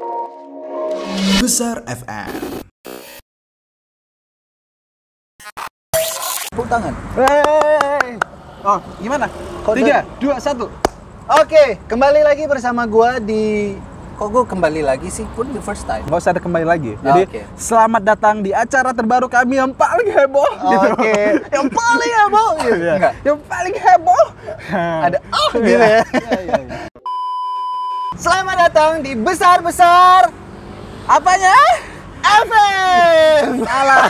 Besar FM. Tepuk tangan. Hey. Oh, gimana? Kode. 3, 2, 1. Oke, kembali lagi bersama gua di... Kok gua kembali lagi sih? Pun the first time. Nggak usah ada kembali lagi. Jadi, Oke. selamat datang di acara terbaru kami yang paling heboh. Gitu. Oke. Yang paling heboh gitu. Iya. Enggak. Yang paling heboh. Ada gitu Iya. ya. Iya. Selamat datang di Besar-Besar Apanya? FM. Salah.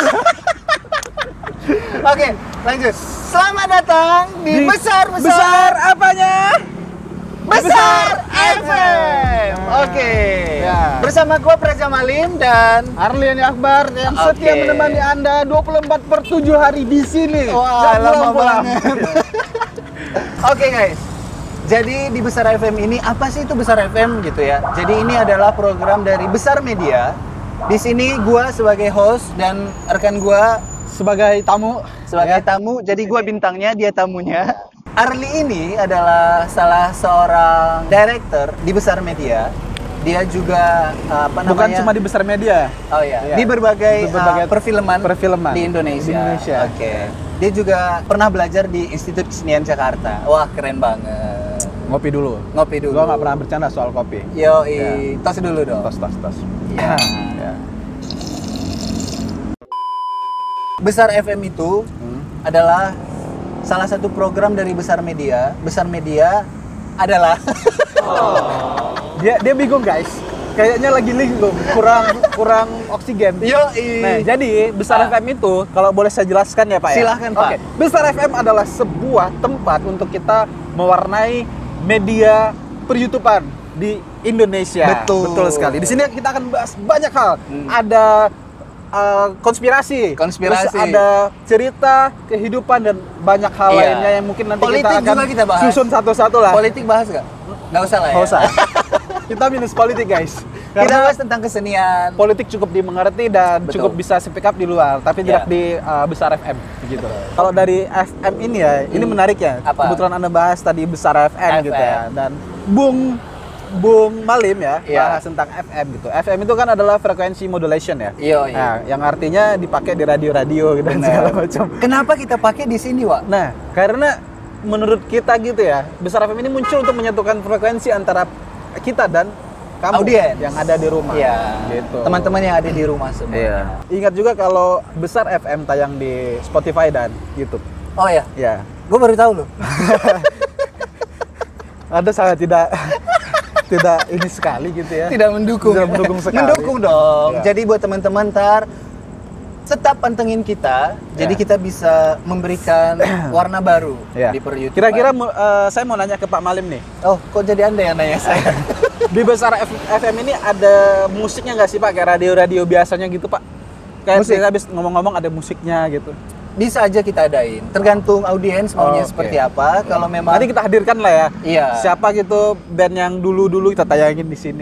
Oke, lanjut. Selamat datang di Besar-Besar Besar apanya? Besar FM. Oke. Ya. Bersama gua Praja Malim dan Arliani Akbar yang Oke. setia menemani Anda 24/7 hari di sini. wah, Jangan lama pulang-pulang. banget. Oke guys. Jadi di Besar FM ini apa sih itu Besar FM gitu ya? Jadi ini adalah program dari Besar Media. Di sini gua sebagai host dan rekan gua Sebagai tamu. sebagai ya. tamu. Jadi gua bintangnya, dia tamunya. Arli ini adalah salah seorang director di Besar Media. Dia juga apa namanya? Bukan cuma di Besar Media. Oh iya, Iya. di berbagai, Di berbagai perfilman di di Indonesia. Indonesia. Oke. Dia juga pernah belajar di Institut Kesenian Jakarta. Wah, keren banget. Ngopi dulu. Ngopi dulu. Gua nggak pernah bercanda soal kopi. Yoi, Ya. tos dulu dong. Tos. Iya. Ya. Besar FM itu adalah salah satu program dari Besar Media. Besar Media adalah Dia bingung guys. Kayaknya lagi linglung, kurang oksigen. Yoi. Nah, jadi Besar FM itu kalau boleh saya jelaskan ya Pak ya. Silahkan, Pak. Oke. Besar FM adalah sebuah tempat untuk kita mewarnai media per-YouTubean di Indonesia. Betul. Sekali. Di sini kita akan bahas banyak hal. Hmm. Ada konspirasi, Konspirasi. terus ada cerita kehidupan dan banyak hal Iya. lainnya yang mungkin nanti Politik kita akan juga kita bahas. susun satu-satu lah. Politik bahas nggak? Nggak usah lah ya. Nggak usah. Kita minus politik guys. Kita Karena bahas tentang kesenian. politik cukup dimengerti dan Betul. cukup bisa speak up di luar, tapi tidak Ya. di Besar FM gitu. Kalau dari FM ini ya, ini menarik ya. Apa? Kebetulan Anda bahas tadi Besar FM gitu ya. FM. Dan Bung Malim ya, Iya. bahas tentang FM gitu. FM itu kan adalah frekuensi modulation ya. Iya. Nah, yang artinya dipakai di radio-radio gitu dan Benar. segala macam. Kenapa kita pakai di sini, Wak? Nah, karena menurut kita gitu ya, Besar FM ini muncul untuk menyatukan frekuensi antara kita dan kamu Audiens. yang ada di rumah. Iya. Gitu. Teman-teman yang ada di rumah semua. Iya. Ingat juga kalau Besar FM tayang di Spotify dan YouTube. Oh ya, Ya. gue baru tahu loh. Ada sangat tidak ini sekali gitu ya. Tidak mendukung. Tidak mendukung sekali. Mendukung dong. Iya. Jadi buat teman-teman ntar tetap pantengin kita. Jadi Ya. kita bisa memberikan warna baru Ya. di per YouTube. Kira-kira saya mau nanya ke Pak Malim nih. Oh, kok jadi Anda yang nanya saya? Di Besar FM ini ada musiknya nggak sih Pak? Kayak radio-radio biasanya gitu Pak? Kayak Musik? kita habis ngomong-ngomong ada musiknya gitu. Bisa aja kita adain. Tergantung audiens maunya Oke. seperti apa. Kalau memang Nanti kita hadirkan lah ya. Iya. Siapa gitu band yang dulu-dulu kita tayangin di sini.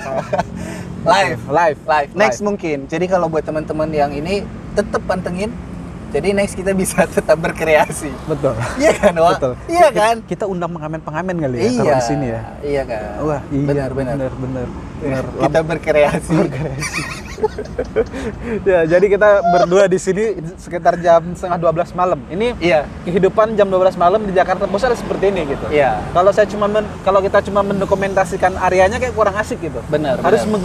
live. Live. Next mungkin. Jadi kalau buat teman-teman yang ini tetap pantengin. Jadi next kita bisa tetap berkreasi. Betul. Iya kan, Wak? Betul. Iya kan? Kita undang pengamen-pengamen kali ya Iya. taruh di sini ya. Iya kan? Wah, iya. Benar. Bener. Kita berkreasi. Ya, jadi kita berdua di sini sekitar jam 11:30 malam. Ini Iya. kehidupan jam 12 malam di Jakarta Pusat seperti ini gitu. Iya. Kalau kita cuma mendokumentasikan areanya kayak kurang asik gitu. Benar.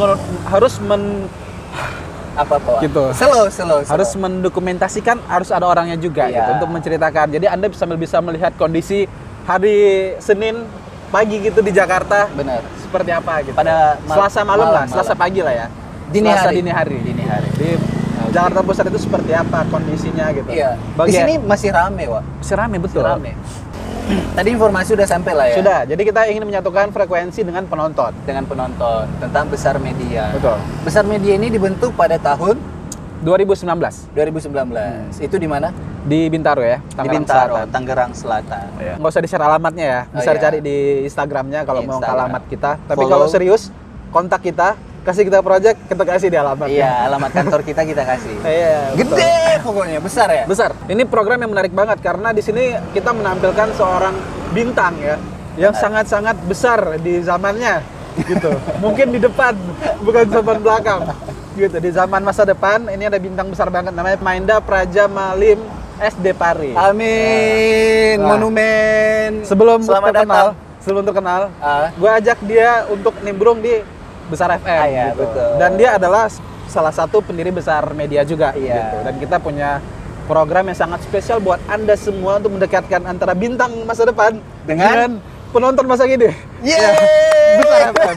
Apa Pak? Gitu. Slow. Harus mendokumentasikan, harus ada orangnya juga Iya. gitu untuk menceritakan. Jadi Anda bisa melihat kondisi hari Senin pagi gitu di Jakarta Benar. seperti apa gitu. Pada Selasa malam lah, malam. Selasa pagi lah ya. Dini Selasa hari. dini hari. Dini hari. Di Jakarta Pusat itu seperti apa kondisinya gitu. Iya. Di Bagi sini masih rame, Wak. masih rame betul. Masih rame. Tadi informasi udah sampai lah ya. Sudah. Jadi kita ingin menyatukan frekuensi dengan penonton. Dengan penonton tentang Besar Media. Betul. Besar Media ini dibentuk pada tahun 2019 2019. Itu di mana? di Bintaro ya, Di Tangerang Bintaro, Selatan. Tangerang Selatan. Nggak usah di-share alamatnya ya, bisa Oh, iya. cari di Instagramnya kalau Di mau ke Instagram. alamat kita. Tapi Follow. kalau serius, kontak kita, kasih kita project, kita kasih di alamat. Iya, alamat kantor kita kasih. Iya, betul. Gede pokoknya, besar ya? Besar. Ini program yang menarik banget karena di sini kita menampilkan seorang bintang ya, yang sangat-sangat besar di zamannya. gitu. Mungkin di depan, bukan zaman belakang. Gitu, di zaman masa depan ini ada bintang besar banget namanya Mainda Praja Malim SD Pari. Amin. Nah. Monumen. Sebelum Selamat terkenal, datang. gue ajak dia untuk nimbrung di Besar FM. Iya, gitu. betul. Dan dia adalah salah satu pendiri Besar Media juga. Iya. Gitu. Dan kita punya program yang sangat spesial buat Anda semua untuk mendekatkan antara bintang masa depan dengan penonton masa kini. Yeay. Besar FM.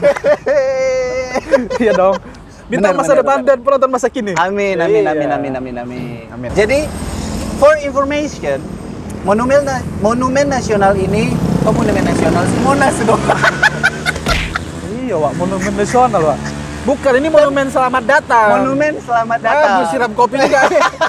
Iya dong. Bintang Benar, masa benar, depan benar. dan penonton masa kini. Amin, Iya. amin, amin, amin, amin, amin. Amin. Jadi, for information, monumen nasional ini, monumen nasional sih, Monas dong. Iya, Wak, monumen nasional, Wak. Bukan, ini monumen selamat datang. Monumen selamat Ah, datang. gue siram kopi juga.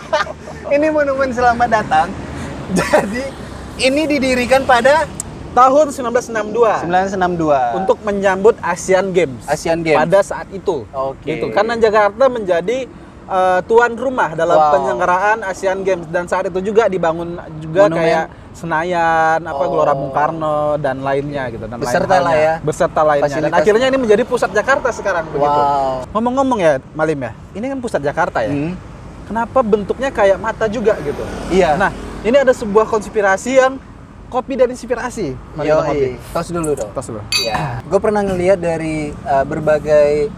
Ini monumen selamat datang. Jadi, ini didirikan pada Tahun 1962. 1962 Untuk menyambut Asian Games. Asian Games. Pada saat itu. Oke. Gitu. Karena Jakarta menjadi tuan rumah dalam Wow. penyelenggaraan Asian Games dan saat itu juga dibangun juga Monumen. kayak Senayan, Oh. Gelora Bung Karno dan lainnya gitu dan Beserta lain lah halnya. ya. Beserta lainnya. Dan Fasilitas. akhirnya ini menjadi pusat Jakarta sekarang begitu. Wow. Ngomong-ngomong ya, Malim ya. Ini kan pusat Jakarta ya. Hmm. Kenapa bentuknya kayak mata juga gitu? Iya. Nah, ini ada sebuah konspirasi yang kopi dan inspirasi. Mari kita kopi. Tos dulu dong. Tos dulu. Ya, gue pernah ngeliat dari berbagai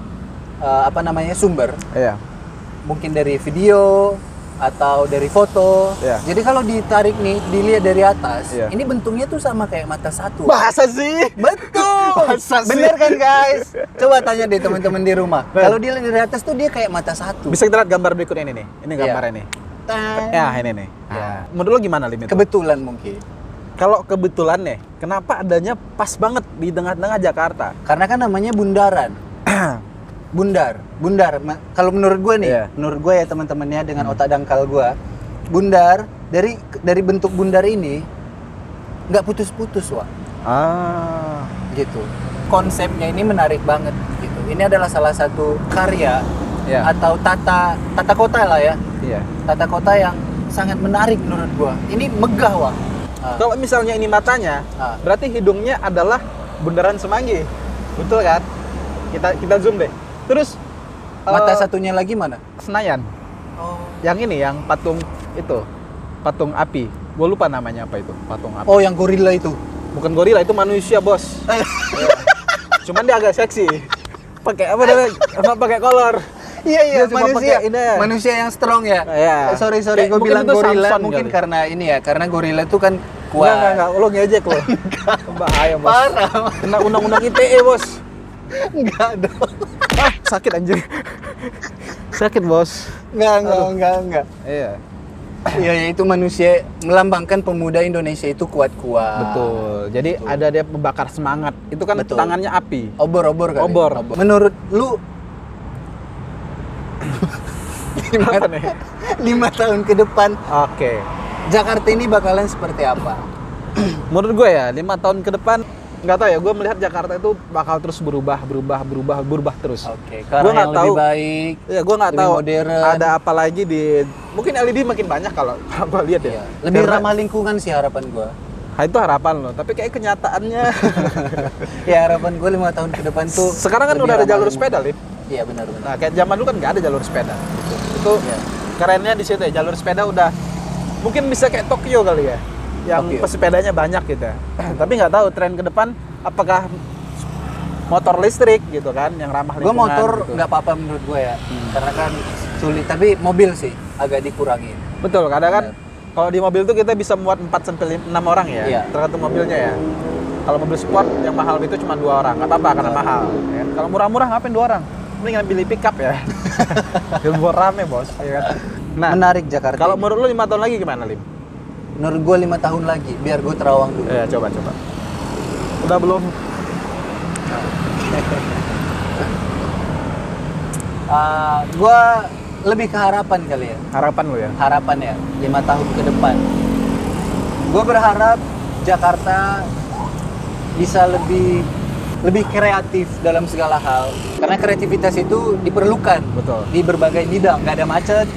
sumber, Iya. mungkin dari video atau dari foto. Iya. Jadi kalau ditarik nih, dilihat dari atas, Iya. ini bentuknya tuh sama kayak mata satu. Bahasa sih. Betul. Masa sih? Bener kan guys? Coba tanya deh teman-teman di rumah. Ben. Kalau dilihat dari atas tuh dia kayak mata satu. Bisa kita lihat gambar berikut ini nih. Ini gambarnya nih. Tang. Ya, ini nih. Ya. Menurut lo gimana Lim itu? Kebetulan mungkin. Kalau kebetulan nih, kenapa adanya pas banget di tengah-tengah Jakarta? Karena kan namanya bundaran. Bundar. Kalau menurut gue nih, Iya. menurut gue ya teman-temannya dengan otak dangkal gue, bundar dari bentuk bundar ini nggak putus-putus, Wak. Ah. Gitu. Konsepnya ini menarik banget gitu. Ini adalah salah satu karya Iya. atau tata kota lah ya. Iya. Tata kota yang sangat menarik menurut gua. Ini megah, Wak. Kalau misalnya ini matanya, Ah. berarti hidungnya adalah Bundaran Semanggi. Betul kan? Kita zoom deh. Terus Mata satunya lagi mana? Senayan. Oh. Yang ini yang patung itu. Patung api. Gue lupa namanya apa itu, patung api. Oh, yang gorila itu. Bukan gorila, itu manusia, Bos. Iya. Cuman dia agak seksi. Pakai apa namanya? Apa pakai kolor. Iya, Dia cuma pakai ini. Manusia yang strong ya. Iya. Sorry, Kayak gue mungkin bilang itu gorila Samson mungkin kali. karena ini ya, karena gorila itu kan kuat. Enggak. Lo ngejek lo. Bahaya, Bos. Parah. Kena undang-undang ITE, Bos. Enggak dong. Ah, sakit anjir. Sakit, Bos. Enggak. Iya. Iya, ya, itu manusia melambangkan pemuda Indonesia itu kuat-kuat. Betul. Jadi ada dia membakar semangat. Itu kan Betul. tangannya api. Obor kali. Obor. Menurut lu Apa nih? 5 tahun ke depan Oke. Jakarta ini bakalan seperti apa? Menurut gue ya, 5 tahun ke depan nggak tahu ya, gue melihat Jakarta itu bakal terus berubah terus. Oke, Gua karena nggak yang tahu. lebih baik. Ya, gue nggak Lebih tahu modern. ada apa lagi di mungkin LED makin banyak kalau gue lihat ya. Iya, lebih Karena- ramah lingkungan sih harapan gua. Nah, itu harapan lo, tapi kayak kenyataannya Ya harapan gua 5 tahun ke depan tuh. sekarang kan lebih udah ada ramah jalur lingkungan. sepeda, Lip. Iya benar-benar. Nah, kayak zaman dulu kan nggak ada jalur sepeda. Itu Iya. kerennya di situ ya, jalur sepeda udah mungkin bisa kayak Tokyo kali ya, yang Tokyo. pesepedanya banyak gitu. Tapi nggak tahu tren ke depan apakah motor listrik gitu kan, yang ramah Gua lingkungan. motor gitu. nggak apa-apa menurut gua ya, karena kan sulit. Tapi mobil sih agak dikurangin. Betul, kadang kan kalau di mobil tuh kita bisa muat 4 sampai 6 orang ya, Iya. tergantung mobilnya ya. Kalau mobil sport yang mahal itu cuma 2 orang, nggak apa-apa karena mahal. Ya. Kalau murah-murah ngapain 2 orang? Mending pilih pickup ya. Buat rame, Bos. Ya kan? Nah, Menarik Jakarta. kalau ini. menurut lu 5 tahun lagi gimana, Lim? Menurut gua 5 tahun lagi, biar gua terawang dulu. Ya, coba. Udah belum? Gua lebih ke harapan kali ya. Harapan lu ya? Harapan ya, 5 tahun ke depan. Gue berharap Jakarta bisa lebih kreatif dalam segala hal. Karena kreativitas itu diperlukan Betul. di berbagai bidang. Nggak ada macet,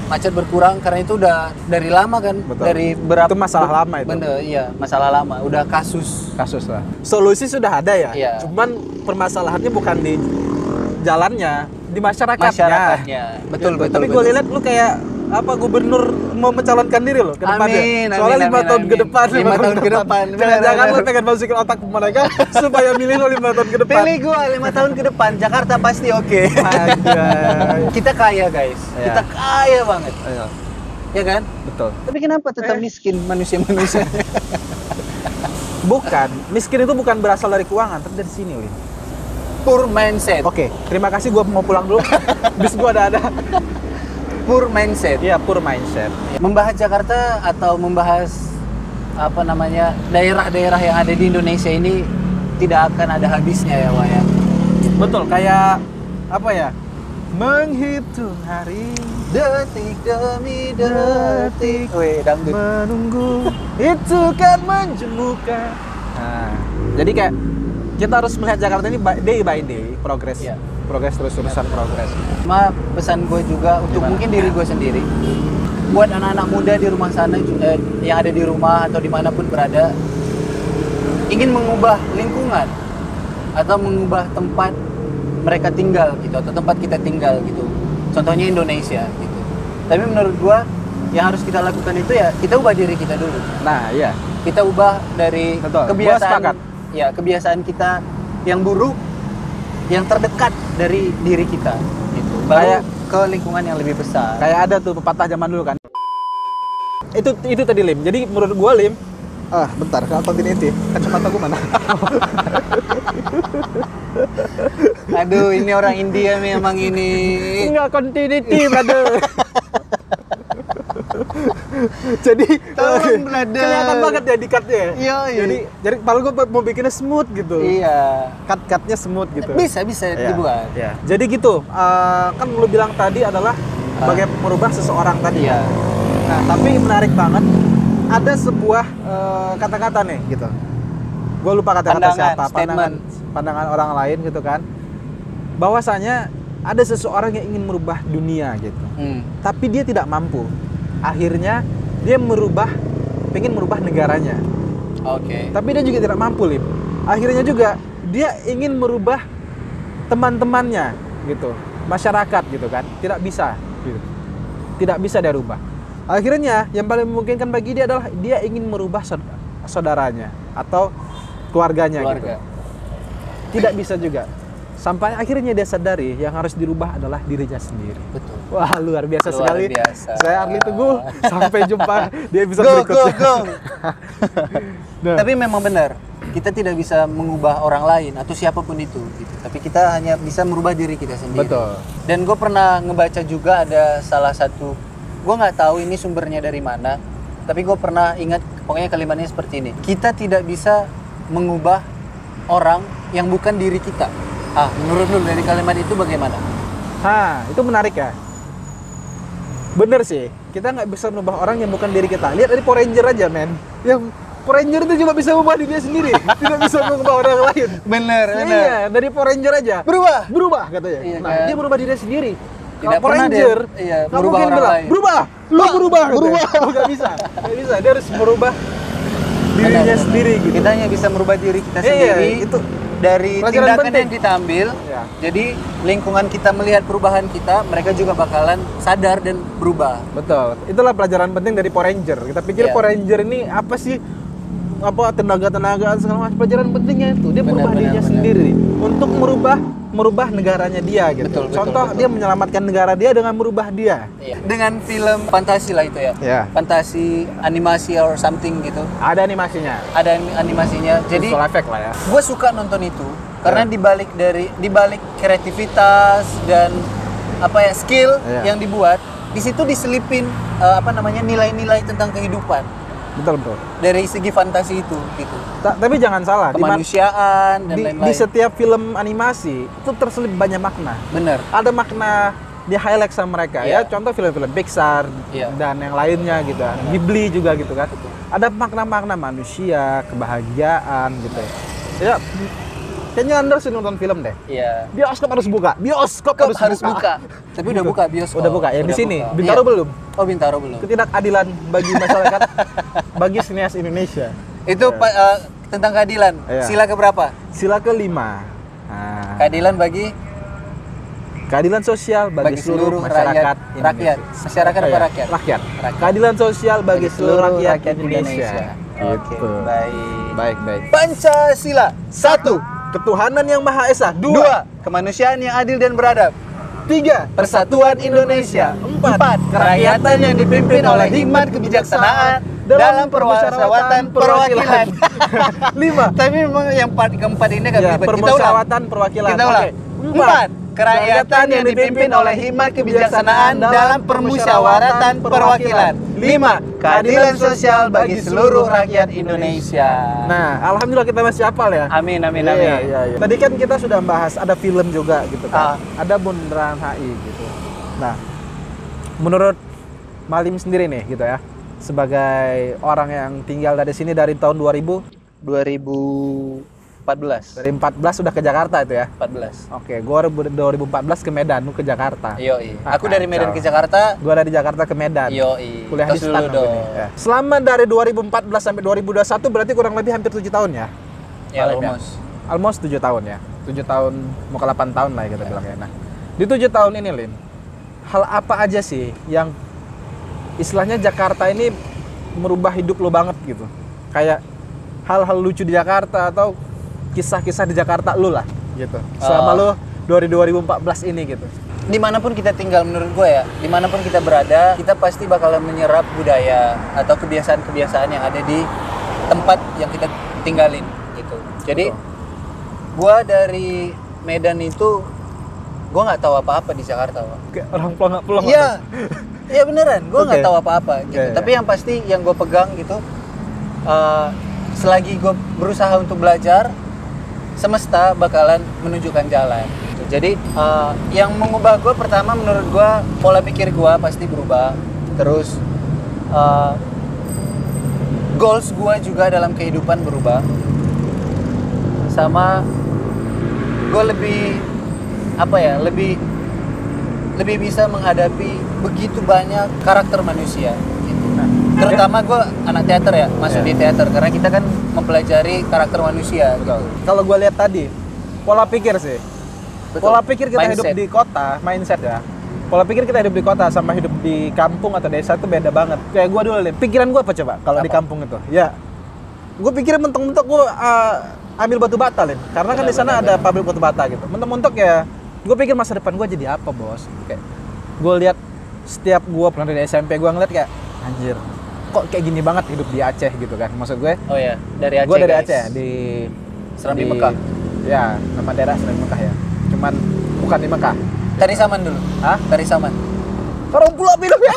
macet berkurang karena itu udah dari lama kan. Betul. Dari berapa Itu masalah lama itu. Bener, iya, masalah lama. Udah kasus. Lah. Solusi sudah ada ya. Iya. Cuman permasalahannya bukan di jalannya, di masyarakatnya. Masyarakatnya. Betul, Gitu. betul. Tapi gue lihat lu kayak apa gubernur mau mencalonkan diri loh ke depannya. Amin, Soalnya amin, 5 tahun amin. ke depan. 5 tahun ke depan. Jangan-jangan Benar, lu pengen masukin otak mereka supaya milih lu 5 tahun ke depan. Pilih gua 5 tahun ke depan, Jakarta pasti oke. Anjay. Kita kaya guys, Iya. kita kaya banget, Ayo, ya kan? betul. Tapi kenapa tetap miskin manusia-manusia? Bukan, miskin itu bukan berasal dari keuangan, tapi dari sini, Lin. Poor mindset, Oke, terima kasih gua mau pulang dulu. Bis gua ada. poor mindset. Iya, poor mindset. Membahas Jakarta atau membahas apa namanya daerah-daerah yang ada di Indonesia ini tidak akan ada habisnya ya, Wak ya. Betul, kayak apa ya? Menghitung hari, Detik demi detik. Weh, dangdut. menunggu itu kan menjemukan. Nah, jadi kayak kita harus melihat Jakarta ini day by day, progress. Iya. Progress terus-terusan progress. Cuma pesan gue juga untuk Gimana? mungkin diri gue sendiri, buat anak-anak muda di rumah sana yang ada di rumah atau dimanapun berada, ingin mengubah lingkungan atau mengubah tempat mereka tinggal gitu atau tempat kita tinggal gitu. Contohnya Indonesia gitu. Tapi menurut gue yang harus kita lakukan itu ya kita ubah diri kita dulu. Nah, iya. Kita ubah dari Betul. Gua kebiasaan sepakat. ya kebiasaan kita yang buruk yang terdekat dari diri kita gitu. Baru Kayak- ke lingkungan yang lebih besar. Kayak ada tuh pepatah zaman dulu kan. Itu tadi Lim. Jadi menurut gua Lim, bentar, kalau continuity, kacamata gua mana? Aduh, ini orang India memang ini. Enggak continuity, brother. Jadi Tolong, brother. kelihatan banget ya di cut-nya. ya. Iya, iya. Jadi padahal gua mau bikinnya smooth gitu. Iya. Cut-cutnya smooth gitu. Bisa Iya, dibuat. iya. Jadi gitu, kan lu bilang tadi adalah bagaimana merubah seseorang tadi. Iya. Nah, tapi menarik banget. Ada sebuah kata-kata nih gitu. Gue lupa kata-kata Pandangan, siapa, statement. pandangan orang lain gitu kan. Bahwasanya ada seseorang yang ingin merubah dunia gitu. Tapi dia tidak mampu. Akhirnya dia pengen merubah negaranya. Oke. Tapi dia juga tidak mampu, Lim. Akhirnya juga dia ingin merubah teman-temannya gitu. Masyarakat gitu kan. Tidak bisa gitu. Tidak bisa dia rubah. Akhirnya yang paling memungkinkan bagi dia adalah dia ingin merubah saudaranya atau keluarganya gitu. Keluarga. Tidak bisa juga. Sampai akhirnya dia sadari yang harus dirubah adalah dirinya sendiri. Betul. Wah, luar biasa Luar sekali. biasa. Saya Arli Teguh. Sampai jumpa di episode Go, berikutnya. go. Nah. Tapi memang benar, kita tidak bisa mengubah orang lain atau siapapun itu gitu. Tapi kita hanya bisa merubah diri kita sendiri. Betul. Dan gue pernah ngebaca juga ada salah satu, gue nggak tahu ini sumbernya dari mana, tapi gue pernah ingat pokoknya kalimatnya seperti ini. Kita tidak bisa mengubah orang yang bukan diri kita. Menurut lu dari kalimat itu bagaimana? Itu menarik ya. Bener sih, kita nggak bisa merubah orang yang bukan diri kita. Lihat dari Power Ranger aja, men. Yang Power Ranger itu cuma bisa mengubah dirinya sendiri, tidak bisa mengubah orang lain. Bener. Iya, dari Power Ranger aja. Berubah. Katanya. Iya, Nah, kan? dia merubah dirinya sendiri. Tidak Kalau Power pernah dia- Ranger, iya, nggak merubah mungkin orang bilang, lain. berubah, lu berubah. Nggak bisa. Dia harus merubah dirinya Benar. sendiri gitu. Kita hanya bisa merubah diri kita Iya, sendiri itu dari pelajaran tindakan penting. yang kita ambil. Iya. Jadi lingkungan kita melihat perubahan kita, mereka juga bakalan sadar dan berubah. Betul. Itulah pelajaran penting dari Power Ranger. Kita pikir Iya. Power Ranger ini apa sih? Apa tenaga-tenagaan segala macam. Pelajaran pentingnya itu dia merubah Benar, dirinya benar. sendiri untuk merubah negaranya dia gitu. Betul, Contoh betul. dia menyelamatkan negara dia dengan merubah dia. Iya. Dengan film fantasi lah itu ya. Iya. Fantasi animasi or something gitu. Ada animasinya. Ada animasinya. Jadi Visual effect lah ya. gue suka nonton itu karena Iya. dibalik kreativitas dan skill Iya. yang dibuat, di situ diselipin nilai-nilai tentang kehidupan Betul. dari segi fantasi itu gitu. Tapi jangan salah, Kemanusiaan dan di lain-lain. setiap film animasi itu terselip banyak makna. Bener. Ada makna di highlight sama mereka ya. Iya. Contoh film-film Pixar Iya. dan yang lainnya gitu. Ghibli juga gitu kan. Ada makna-makna manusia, kebahagiaan gitu. Ya Kayaknya Anda harus nonton film deh. Iya. Bioskop harus buka. Bioskop Kok harus buka. Tapi udah buka bioskop. Udah buka ya di Udah sini. buka. Bintaro Iya. belum. Oh, Bintaro belum. Ketidakadilan bagi masyarakat, bagi sineas Indonesia. Itu tentang keadilan. Iya. Sila keberapa? Sila kelima. Nah, Keadilan bagi keadilan sosial bagi seluruh masyarakat rakyat. Indonesia. Masyarakat apa Iya, rakyat? Rakyat. Rakyat. Keadilan sosial bagi seluruh rakyat Indonesia. Oke, Gitu. baik. Baik. Pancasila. 1. Ketuhanan yang Maha Esa. 2. 2. Kemanusiaan yang adil dan beradab. 3. Persatuan Indonesia. 4. Kerakyatan yang dipimpin oleh hikmat kebijaksanaan dalam permusyawaratan perwakilan. 5. Tapi memang yang keempat ini nggak Ya, ribet. Kita ulang. permusyawaratan perwakilan. Kita ulang. Oke. 4. Kerakyatan yang dipimpin oleh hikmat kebijaksanaan dalam permusyawaratan perwakilan. 5. Keadilan sosial bagi seluruh rakyat Indonesia. Nah, alhamdulillah kita masih hafal ya. Amin. Iya. Tadi kan kita sudah bahas ada film juga gitu kan. Ah. Ada Bundaran HI gitu. Nah, menurut Malim sendiri nih gitu ya, sebagai orang yang tinggal dari sini dari tahun 2014. dari 14 sudah ke Jakarta itu ya. 14. Oke, gua 2014 ke Medan, lu ke Jakarta. Yoi. Ah, Aku dari Medan kacau. ke Jakarta. Gua dari Jakarta ke Medan. Yoi. Kuliah di Tos STAN dulu dong. ya. Selama dari 2014 sampai 2021 berarti kurang lebih hampir 7 tahun ya. Ya, Malim Almost 7 tahun ya. 7 tahun mau ke 8 tahun lah ya kita bilang ya. Nah, di 7 tahun ini Lim, hal apa aja sih yang istilahnya Jakarta ini merubah hidup lo banget gitu? Kayak hal-hal lucu di Jakarta atau kisah-kisah di Jakarta lu lah gitu. Selama lu dari 2014 ini gitu. Dimanapun kita tinggal menurut gue ya, dimanapun kita berada, kita pasti bakalan menyerap budaya atau kebiasaan-kebiasaan yang ada di tempat yang kita tinggalin gitu. Jadi gue dari Medan itu gue nggak tahu apa-apa di Jakarta, Pak. Kayak orang pelongo-pelongo. Iya, iya beneran, gue nggak Oke. tahu apa-apa gitu. Iya. Tapi yang pasti yang gue pegang gitu, selagi gue berusaha untuk belajar, semesta bakalan menunjukkan jalan. Jadi yang mengubah gue pertama menurut gue pola pikir gue pasti berubah. Terus goals gue juga dalam kehidupan berubah. Sama gue lebih lebih bisa menghadapi begitu banyak karakter manusia. Gitu. Terutama gue anak teater ya, masuk di teater karena kita kan mempelajari karakter manusia. Gitu. Kalau gue lihat tadi, pola pikir sih. Betul. Pola pikir kita Mindset. hidup di kota, mindset ya. Pola pikir kita hidup di kota sama hidup di kampung atau desa itu beda banget. Kayak gue dulu, Lim. Pikiran gue apa coba kalau di kampung itu? Ya, gue pikirin mentok-mentok gue ambil batu bata, Lim. Karena kan di sana ada pabrik batu bata gitu. Mentok-mentok ya, gue pikir masa depan gue jadi apa, bos? Kayak gue lihat setiap gue pernah dari SMP gue ngeliat kayak anjir, kok kayak gini banget hidup di Aceh gitu kan? Maksud gue, Oh ya, dari Aceh. gue dari guys. Aceh di Serambi Mekah. Ya, nama daerah Serambi Mekah ya. Cuman bukan di Mekah. Dari Saman dulu. Hah? Dari Saman. Orang pulau bilang ya.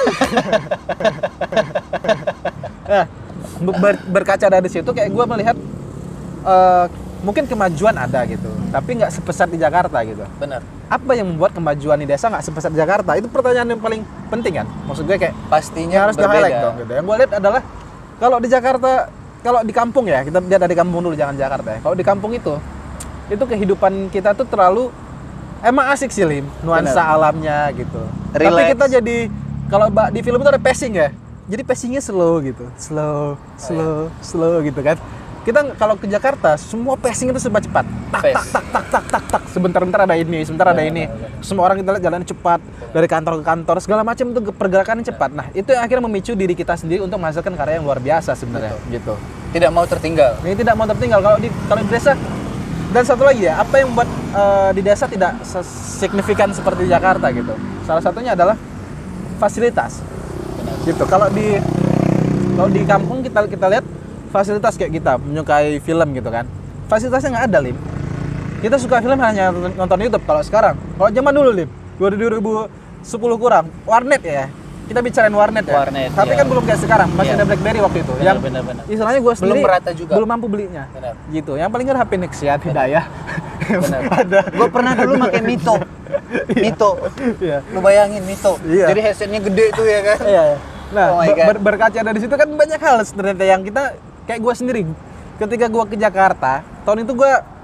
Nah, berkaca dari situ kayak gue melihat mungkin kemajuan ada gitu, tapi nggak sebesar di Jakarta gitu. Bener. Apa yang membuat kemajuan di desa nggak sebesar di Jakarta? Itu pertanyaan yang paling penting kan? Maksud gue kayak Pastinya harus di berbeda. highlight dong gitu. Yang gue lihat adalah kalau di Jakarta, kalau di kampung ya, kita lihat dari kampung dulu jangan Jakarta ya. Kalau di kampung itu kehidupan kita tuh terlalu emang asik sih, Lim, nuansa Bener. alamnya gitu. Tapi Relax. kita jadi kalau di film itu ada pacing ya. Jadi pacingnya slow gitu. Slow gitu kan. Kita kalau ke Jakarta semua pacing itu serba cepat. Tak. Sebentar-bentar ada ini, sebentar ada ini. Semua orang kita lihat jalan cepat dari kantor ke kantor, segala macam itu pergerakannya cepat. Nah, itu yang akhirnya memicu diri kita sendiri untuk menghasilkan karya yang luar biasa sebenarnya gitu. Tidak mau tertinggal. Ini tidak mau tertinggal kalau di desa. Dan satu lagi ya, apa yang membuat di desa tidak signifikan seperti di Jakarta gitu. Salah satunya adalah fasilitas. Gitu. Kalau di kampung kita lihat fasilitas kayak kita menyukai film gitu kan. Fasilitasnya nggak ada, Lim. Kita suka film hanya nonton YouTube kalau sekarang. Kalau zaman dulu, Lim, 2010 kurang, warnet ya. Kita bicarain warnet ya. Warnet, Tapi iya. kan belum kayak sekarang, masih Iya. ada BlackBerry waktu itu. Benar, yang benar. istilahnya gue sendiri Belum merata juga. belum mampu belinya. Benar. Gitu. Yang paling kan HP Nexia Hidayah. Benar. Ada. Gue pernah dulu pakai Mito. Mito. Iya. Lu bayangin Mito. Iya. Jadi headsetnya gede tuh ya kan. Iya. Nah, Oh my God. berkaca dari situ kan banyak hal sebenarnya yang kita kayak gue sendiri. Ketika gue ke Jakarta, tahun itu gue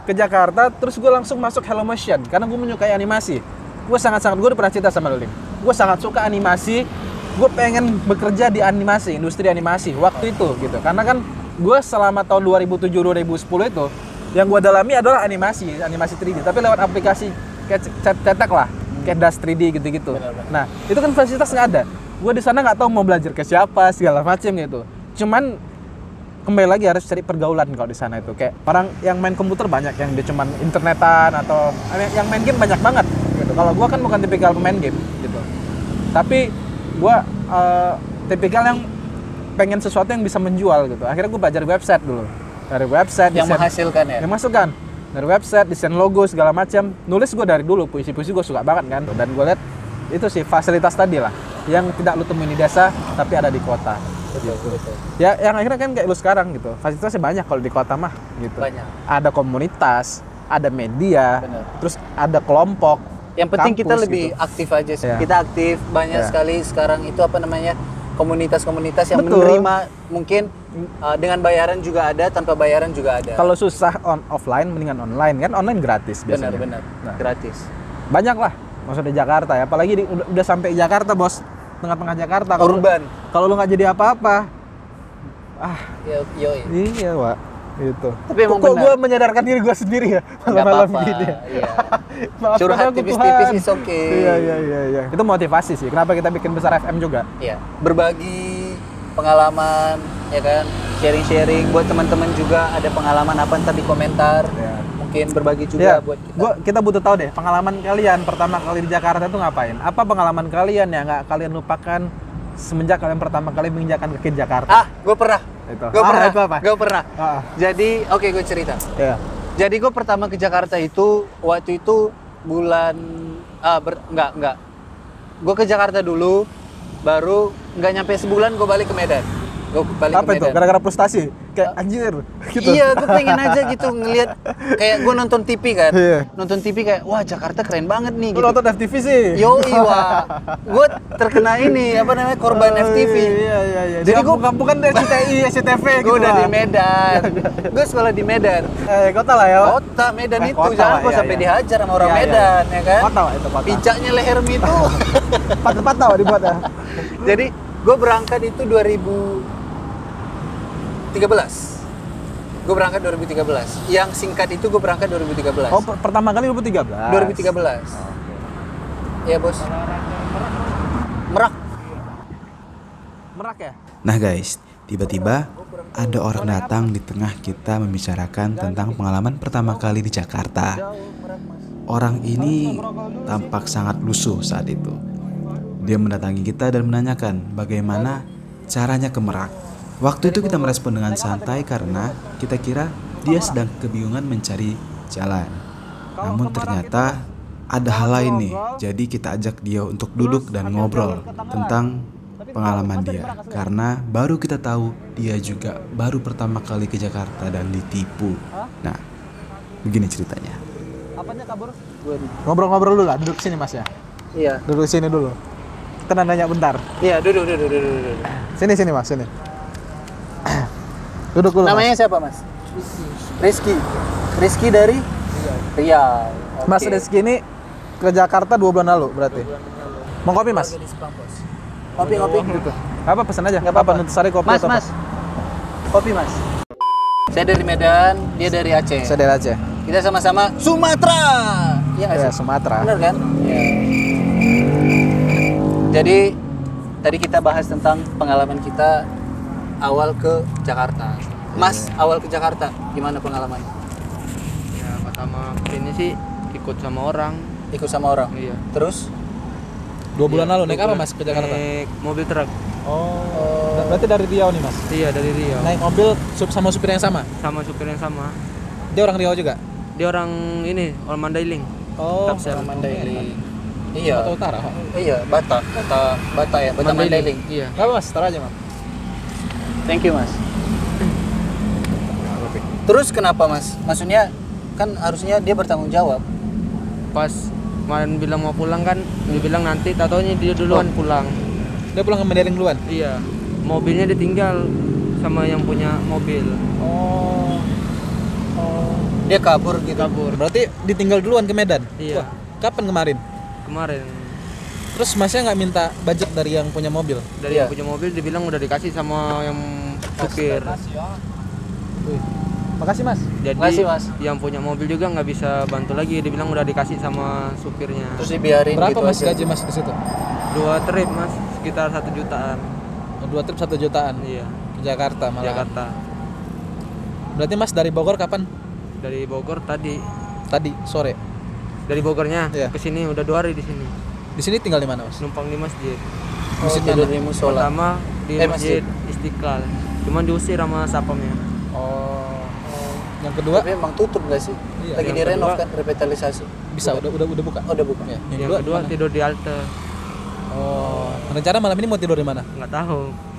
ke Jakarta, terus gue langsung masuk Hello Motion karena gue menyukai animasi. Gue udah pernah cerita sama lu, Lim. Gue sangat suka animasi. Gue pengen bekerja di animasi, industri animasi waktu itu gitu. Karena kan gue selama tahun 2007-2010 itu yang gue dalami adalah animasi 3D, tapi lewat aplikasi kayak cetak lah, kayak Dash 3D gitu-gitu. Nah, itu kan fasilitas nggak ada. Gue di sana nggak tahu mau belajar ke siapa, segala macam gitu. Cuman kembali lagi harus cari pergaulan kalau di sana itu. Kayak orang yang main komputer banyak, yang dia cuman internetan atau yang main game banyak banget gitu. Kalau gue kan bukan tipikal pemain game gitu. Tapi gue tipikal yang pengen sesuatu yang bisa menjual gitu. Akhirnya gue belajar website dulu. Dari website yang desain, menghasilkan ya. Yang masukkan. Dari website, desain logo segala macam. Nulis gue dari dulu, puisi-puisi gue suka banget kan. Dan gue lihat itu sih fasilitas tadi lah yang tidak lu temuin di desa tapi ada di kota. Betul. Ya yang akhirnya kan kayak lu sekarang gitu. Fasilitasnya banyak kalau di kota mah gitu. Banyak. Ada komunitas, ada media, Bener. terus ada kelompok. Yang penting kita kampus, lebih gitu. aktif aja sih. Ya. Kita aktif banyak Ya. sekali sekarang itu apa namanya? Komunitas-komunitas yang Betul. menerima mungkin dengan bayaran juga ada, tanpa bayaran juga ada. Kalau susah offline mendingan online kan, online gratis biasanya. Benar. Nah, Gratis. banyak lah maksudnya di Jakarta ya, apalagi udah sampai Jakarta bos, tengah-tengah Jakarta. Urban. Kalau lu nggak jadi apa-apa, Yoi. iya Wak, gitu. Tapi emang kok benar. gue menyadarkan diri gue sendiri ya Nggak malam-malam apa-apa. gini. Iya. Maafkan Curhat aku, tipis-tipis Tuhan. is okay. Iya. Itu motivasi sih. Kenapa kita bikin Besar FM juga? Iya. Berbagi pengalaman, ya kan? Sharing-sharing buat teman-teman juga ada pengalaman apa ntar di komentar. Ya. Mungkin berbagi juga Ya, buat kita. kita butuh tahu deh pengalaman kalian pertama kali di Jakarta itu ngapain? Apa pengalaman kalian yang nggak kalian lupakan semenjak kalian pertama kali menginjakan kaki di Jakarta? Gue pernah. Itu. Gue pernah. Itu apa? Gue pernah. Ah. Jadi, oke gue cerita. Iya. Jadi gue pertama ke Jakarta itu waktu itu bulan enggak. Gue ke Jakarta dulu, baru nggak nyampe sebulan gue balik ke Medan. Gue balik Apa ke itu? Medan. Gara-gara frustasi? Kayak anjir gitu. Iya, gue pengen aja gitu ngelihat kayak gue nonton TV kan. Iya. Nonton TV kayak wah Jakarta keren banget nih Lu gitu. nonton FTV sih. Yoi wah. Gue terkena ini apa namanya korban FTV. Iya. Jadi gua- kampung kan dari CTI, SCTV gitu. Gue udah di lah. Medan. Gue sekolah di Medan. Kota lah ya. Kota Medan itu Kota jangan lah, kok iya, sampai iya. dihajar sama orang Iya, iya. Medan ya kan. Kota lah itu kota. Pijaknya lehermu itu. Patah dibuat ya. Jadi gue berangkat itu 2013. Gue berangkat 2013. Yang singkat itu gue berangkat 2013. Oh, pertama kali 2013. 2013. Iya bos. Merak. Merak ya? Nah guys, tiba-tiba ada orang datang di tengah kita membicarakan tentang pengalaman pertama kali di Jakarta. Orang ini tampak sangat lusuh saat itu. Dia mendatangi kita dan menanyakan bagaimana caranya ke Merak. Waktu itu kita merespon dengan santai karena kita kira dia sedang kebingungan mencari jalan. Namun ternyata ada hal lain nih. Jadi kita ajak dia untuk duduk dan ngobrol tentang pengalaman dia. Karena baru kita tahu dia juga baru pertama kali ke Jakarta dan ditipu. Nah, begini ceritanya. Apanya kabur? Ngobrol-ngobrol dulu lah, duduk sini Mas ya. Iya. Duduk sini dulu. Kita nanya bentar. Iya, duduk. Sini Mas, sini. Duduk dulu. Namanya siapa mas? Rizky. Rizky dari Riau. Mas Oke. Rizky ini ke Jakarta 2 bulan lalu berarti. Mau kopi Mas? Kopi. Gitu. Apa pesan aja? Nggak apa-apa. Nutrisari kopi Mas, atau apa? mas. Kopi mas. Saya dari Medan, dia dari Aceh. Saya dari Aceh. Kita sama-sama Sumatera. Iya nggak Ya, sih? Sumatera. Bener kan? Iya. Jadi tadi kita bahas tentang pengalaman kita awal ke Jakarta. Mas, awal ke Jakarta gimana pengalamannya? Ya pertama ini sih ikut sama orang. Ikut sama orang. Iya. Terus? 2 bulan lalu naik apa Bulan. Mas ke Jakarta? Naik mobil truk. Oh. Berarti dari Riau nih Mas. Iya dari Riau. Naik mobil sama supir yang sama. Sama supir yang sama. Dia orang Riau juga. Dia orang ini orang Mandailing. Oh, Tapsel. Mandailing. Iya. Atau utara. Iya, Bata ya, Bata Mandailing. Iya. Enggak apa Mas, taruh aja Mas. Thank you, Mas. Terus kenapa, Mas? Maksudnya kan harusnya dia bertanggung jawab. Pas kemarin bilang mau pulang kan, dia bilang nanti, tak taunya dia duluan pulang. Dia pulang ke Mandailing duluan. Iya. Mobilnya ditinggal sama yang punya mobil. Oh. Dia kabur gitu. kabur. Berarti ditinggal duluan ke Medan. Iya. Wah, kapan kemarin? Kemarin Terus masnya nggak minta budget dari yang punya mobil? dari Iya. yang punya mobil dibilang udah dikasih sama yang supir. Wih. Makasih mas. Jadi Makasih, Mas. yang punya mobil juga nggak bisa bantu lagi, dibilang udah dikasih sama supirnya. Terus dibiarin Berapa gitu mas aja. gaji mas di situ? 2 trip mas, sekitar 1 jutaan. 2 trip 1 jutaan. Iya, Ke Jakarta malah. Jakarta. Berarti mas dari Bogor kapan? Dari Bogor tadi, Tadi sore. dari Bogornya Iya. ke sini udah 2 hari di sini. Di sini tinggal di mana mas? Numpang di masjid. Oh, Masjid tidur mana? di musola. Pertama di Masjid. masjid Istiqlal. Cuman diusir sama sapamnya. Oh. Yang kedua Tapi emang tutup gak sih? Iya. Lagi Yang direnov kedua- kan, revitalisasi. bisa udah buka. Oh, udah buka. Ya, Yang kedua mana? tidur di halte. Oh, rencana malam ini mau tidur di mana? Nggak tahu.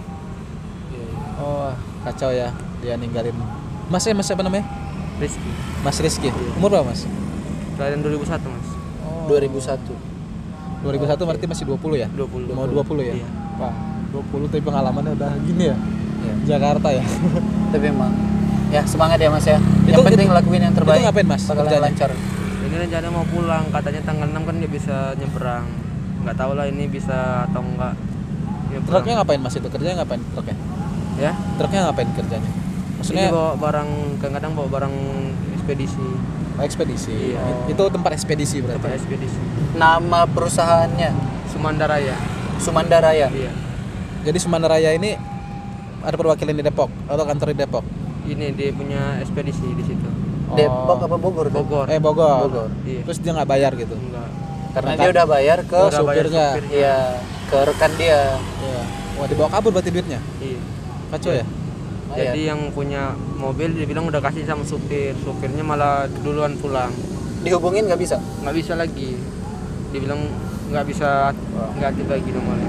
Oh, kacau ya. Dia ninggalin. Mas siapa namanya? Rizky. Mas Rizky. Umur berapa mas? Kelahiran 2001 mas. Oh. 2001. 2001 berarti masih 20 ya? 20. Mau 20 ya? Iya. Wah, 20 tapi pengalamannya udah gini ya? Iya. Jakarta ya? Tapi emang ya semangat ya Mas ya. Itu- Yang penting lakuin yang terbaik. itu ngapain, Mas, Bakalan kerjanya? lancar. Ini rencana mau pulang, katanya tanggal 6 kan dia bisa nyebrang. Nggak tahu lah ini bisa atau enggak. Nyebrang. Truknya ngapain mas itu? Kerjanya ngapain truknya? Ya. Truknya ngapain kerjanya? Maksudnya Maksudnya bawa barang, kadang-kadang bawa barang ekspedisi. ekspedisi. Iya. Itu tempat ekspedisi Tempat berarti. ekspedisi. Nama perusahaannya Sumandaraya. Sumandaraya. Iya. Jadi Sumandaraya ini ada perwakilan di Depok atau kantor di Depok? Ini dia punya ekspedisi di situ. Depok apa Bogor? tuh? Bogor. Bogor. Bogor. Iya. Terus dia nggak bayar gitu? Enggak. Karena dia udah bayar ke Oh, Udah bayar supirnya. iya, ke rekan dia. Iya. Wah dibawa kabur berarti duitnya? Iya. Kacau ya? Jadi yang punya mobil dibilang udah kasih sama supir, supirnya malah duluan pulang. Dihubungin nggak bisa. Nggak bisa lagi. Dibilang nggak bisa, nggak aktif lagi nomornya.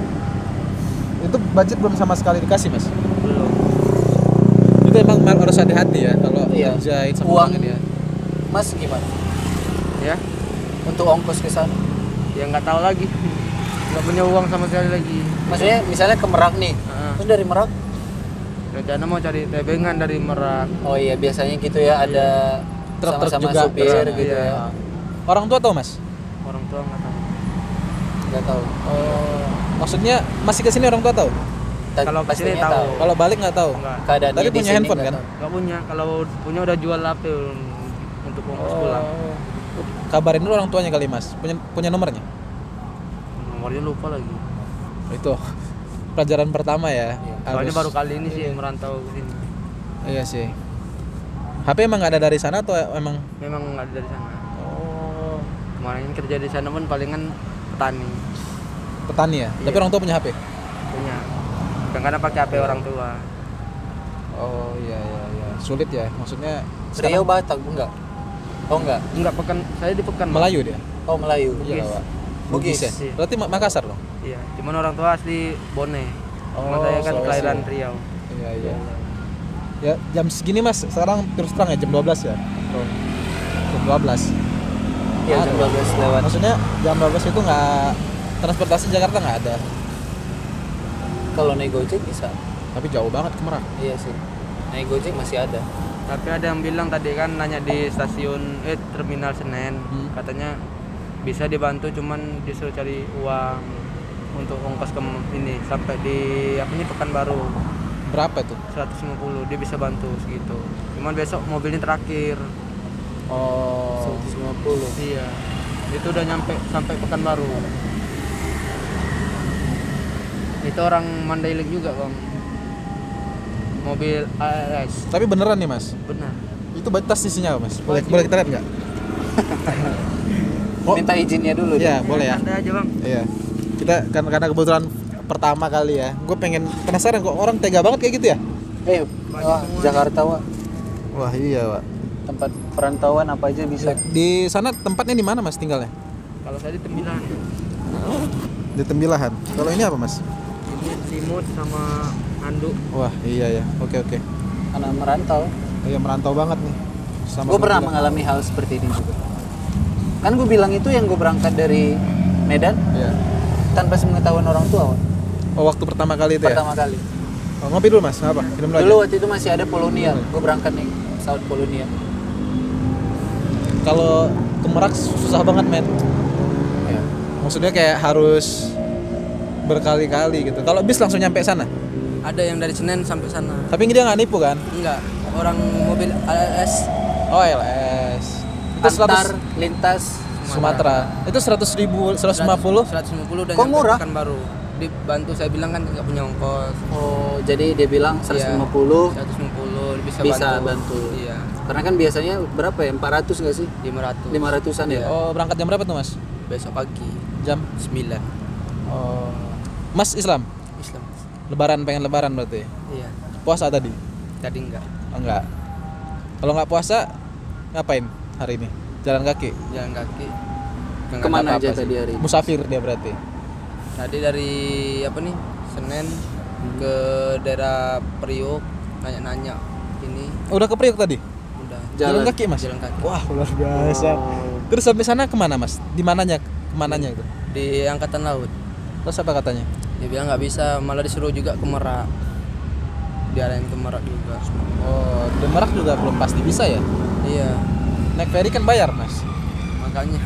Itu budget belum sama sekali dikasih mas? Belum. Itu emang harus hati-hati ya kalau Iya. kerjain sama Uang. orang ya. Mas gimana? Ya, Untuk ongkos ke sana. ya nggak tahu lagi. Nggak punya uang sama sekali lagi. Maksudnya misalnya ke Merak nih. Heeh. Terus dari Merak? Rencana mau cari tebengan dari Merak. Oh iya, biasanya gitu ya, ada Truk-truk sama-sama juga supir kesana. gitu Iya. ya. Orang tua tahu mas? Orang tua nggak tahu. Nggak tahu. Oh. Maksudnya masih kesini orang tua tahu? Kalau kesini Pastinya tahu. Kalau balik nggak tahu? Enggak. Keadaan Tapi dia di punya sini handphone nggak kan? tahu. Nggak punya. Kalau punya udah jual HP untuk ongkos pulang. Kabarin dulu orang tuanya kali mas. Punya nomornya? Nomornya lupa lagi. Itu pelajaran pertama ya. Soalnya Harus- baru kali ini sih merantau ke sini. Iya sih. HP emang nggak ada dari sana atau emang? Memang nggak ada dari sana. Oh. Kemarin kerja di sana pun palingan petani Petani ya. Iya. Tapi orang tua punya HP. punya. Kadang-kadang pakai HP orang tua. Oh iya iya iya. Sulit ya. Maksudnya Riau Batak enggak? Oh enggak. Enggak pekan, saya di pekan. Mas. Melayu dia. Oh Melayu. Iya Bugis. Pak. Bugis. ya. Iya. Berarti Makassar dong. Iya, cuman orang tua asli Bone. Cuma Oh, saya kan Sulawesi. kelahiran Riau. Iya iya. Ya jam segini mas. Sekarang terus terang ya jam 12 ya. Oh. Jam 12. Iya, jam 12 lewat. Maksudnya jam 12 itu nggak transportasi Jakarta nggak ada. Kalau naik Gojek bisa. Tapi jauh banget ke Merak. Iya sih. Naik Gojek masih ada. Tapi ada yang bilang tadi kan nanya di stasiun terminal Senen, katanya bisa dibantu cuman disuruh cari uang untuk ongkos ke ini sampai di apa ini Pekanbaru. Berapa itu? 150 dia bisa bantu segitu. Cuman besok mobilnya terakhir. Oh. 150. Iya. Itu udah nyampe sampai Pekanbaru. Itu orang Mandailing juga, Bang. Mobil ARS. Tapi beneran nih mas. Benar. Itu batas isinya apa mas? Boleh kita lihat nggak? Oh. Minta izinnya dulu. Iya boleh ya. Santai aja, Bang. Iya. Kita karena kebetulan pertama kali ya. Gue pengen penasaran kok orang tega banget kayak gitu ya. Wah, Jakarta wah. Wah iya pak. Tempat perantauan apa aja bisa. Di sana tempatnya di mana mas tinggalnya? Kalau saya di Tembilan. Di Tembilahan. Kalau ini apa mas? Ini Simut sama Anduk. Wah iya ya. Oke. Anak merantau. Iya merantau banget nih. Sama Gue pernah Tembilahan. mengalami hal seperti ini juga. Kan gue bilang itu yang gue berangkat dari Medan Iya. tanpa sepengetahuan orang tua. Wak. Oh waktu pertama kali itu ya? Pertama kali. Oh, ngopi dulu mas. Apa? Minum lagi. Dulu waktu itu masih ada Polonia. Gue berangkat nih pesawat Polonia. kalau ke Merak susah banget men. Iya. Maksudnya kayak harus berkali-kali gitu. Kalau bis langsung nyampe sana. Ada yang dari Senen sampai sana. Tapi dia nggak nipu kan? Enggak, orang mobil ALS Oh LS. Itu Antar 100 lintas Sumatera. Itu 100.000, 150. 150 dan Kok murah? Pekanbaru. Dibantu, saya bilang kan nggak punya ongkos. Oh, jadi dia bilang 150 150 bisa bantu. Iya, Karena kan biasanya berapa ya? 400 nggak sih? 500. 500-an ya? Oh, berangkat jam berapa tuh, Mas? Besok pagi Jam 9. Oh. Mas Islam. Islam. Lebaran, pengen lebaran berarti. Iya, Puasa tadi? tadi enggak. Oh, enggak. Kalau nggak puasa ngapain hari ini? Jalan kaki. Jalan kaki. Nggak ada Kemana apa-apa aja sih. tadi hari ini? Musafir dia berarti. Tadi dari apa nih? Senen ke daerah Priok, nanya-nanya ini Udah ke Priok tadi? udah Jalan kaki, Mas? jalan kaki. Wah, luar biasa. Terus sampai sana kemana, Mas? Di mananya? Kemananya itu? Di angkatan laut. Terus apa katanya? Dia bilang nggak bisa, malah disuruh juga ke Merak. Diarahin ke Merak juga. Oh, di Merak juga belum pasti bisa ya? Iya, Naik ferry kan bayar, Mas. makanya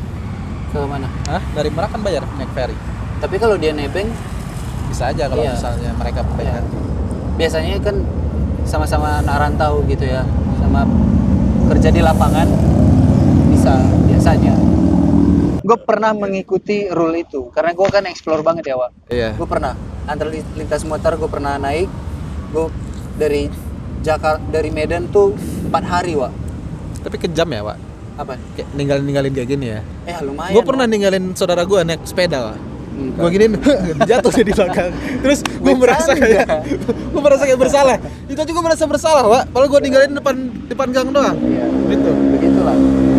Ke mana? Hah? Dari Merak kan bayar naik ferry. Tapi kalau dia nebeng, Bisa aja kalau Iya. misalnya mereka bayar. biasanya kan sama-sama anak rantau gitu ya, sama kerja di lapangan, bisa biasanya. Gue pernah mengikuti rule itu, karena gue kan explore banget ya, Wak. Iya. Gue pernah antar lintas motor, gue pernah naik. Gue dari Jakarta, dari Medan tuh 4 hari, Wak. Tapi kejam ya, Pak. Apa? Kayak ninggalin kayak gini ya. Lumayan. Gue pernah ninggalin saudara gue naik sepeda. Enggak. Gue giniin, jatuh dia di belakang. Terus gue merasa kayak bersalah. Itu juga merasa bersalah, Pak. Kalau gue ninggalin depan gang doang. Iya, Gitu. begitulah.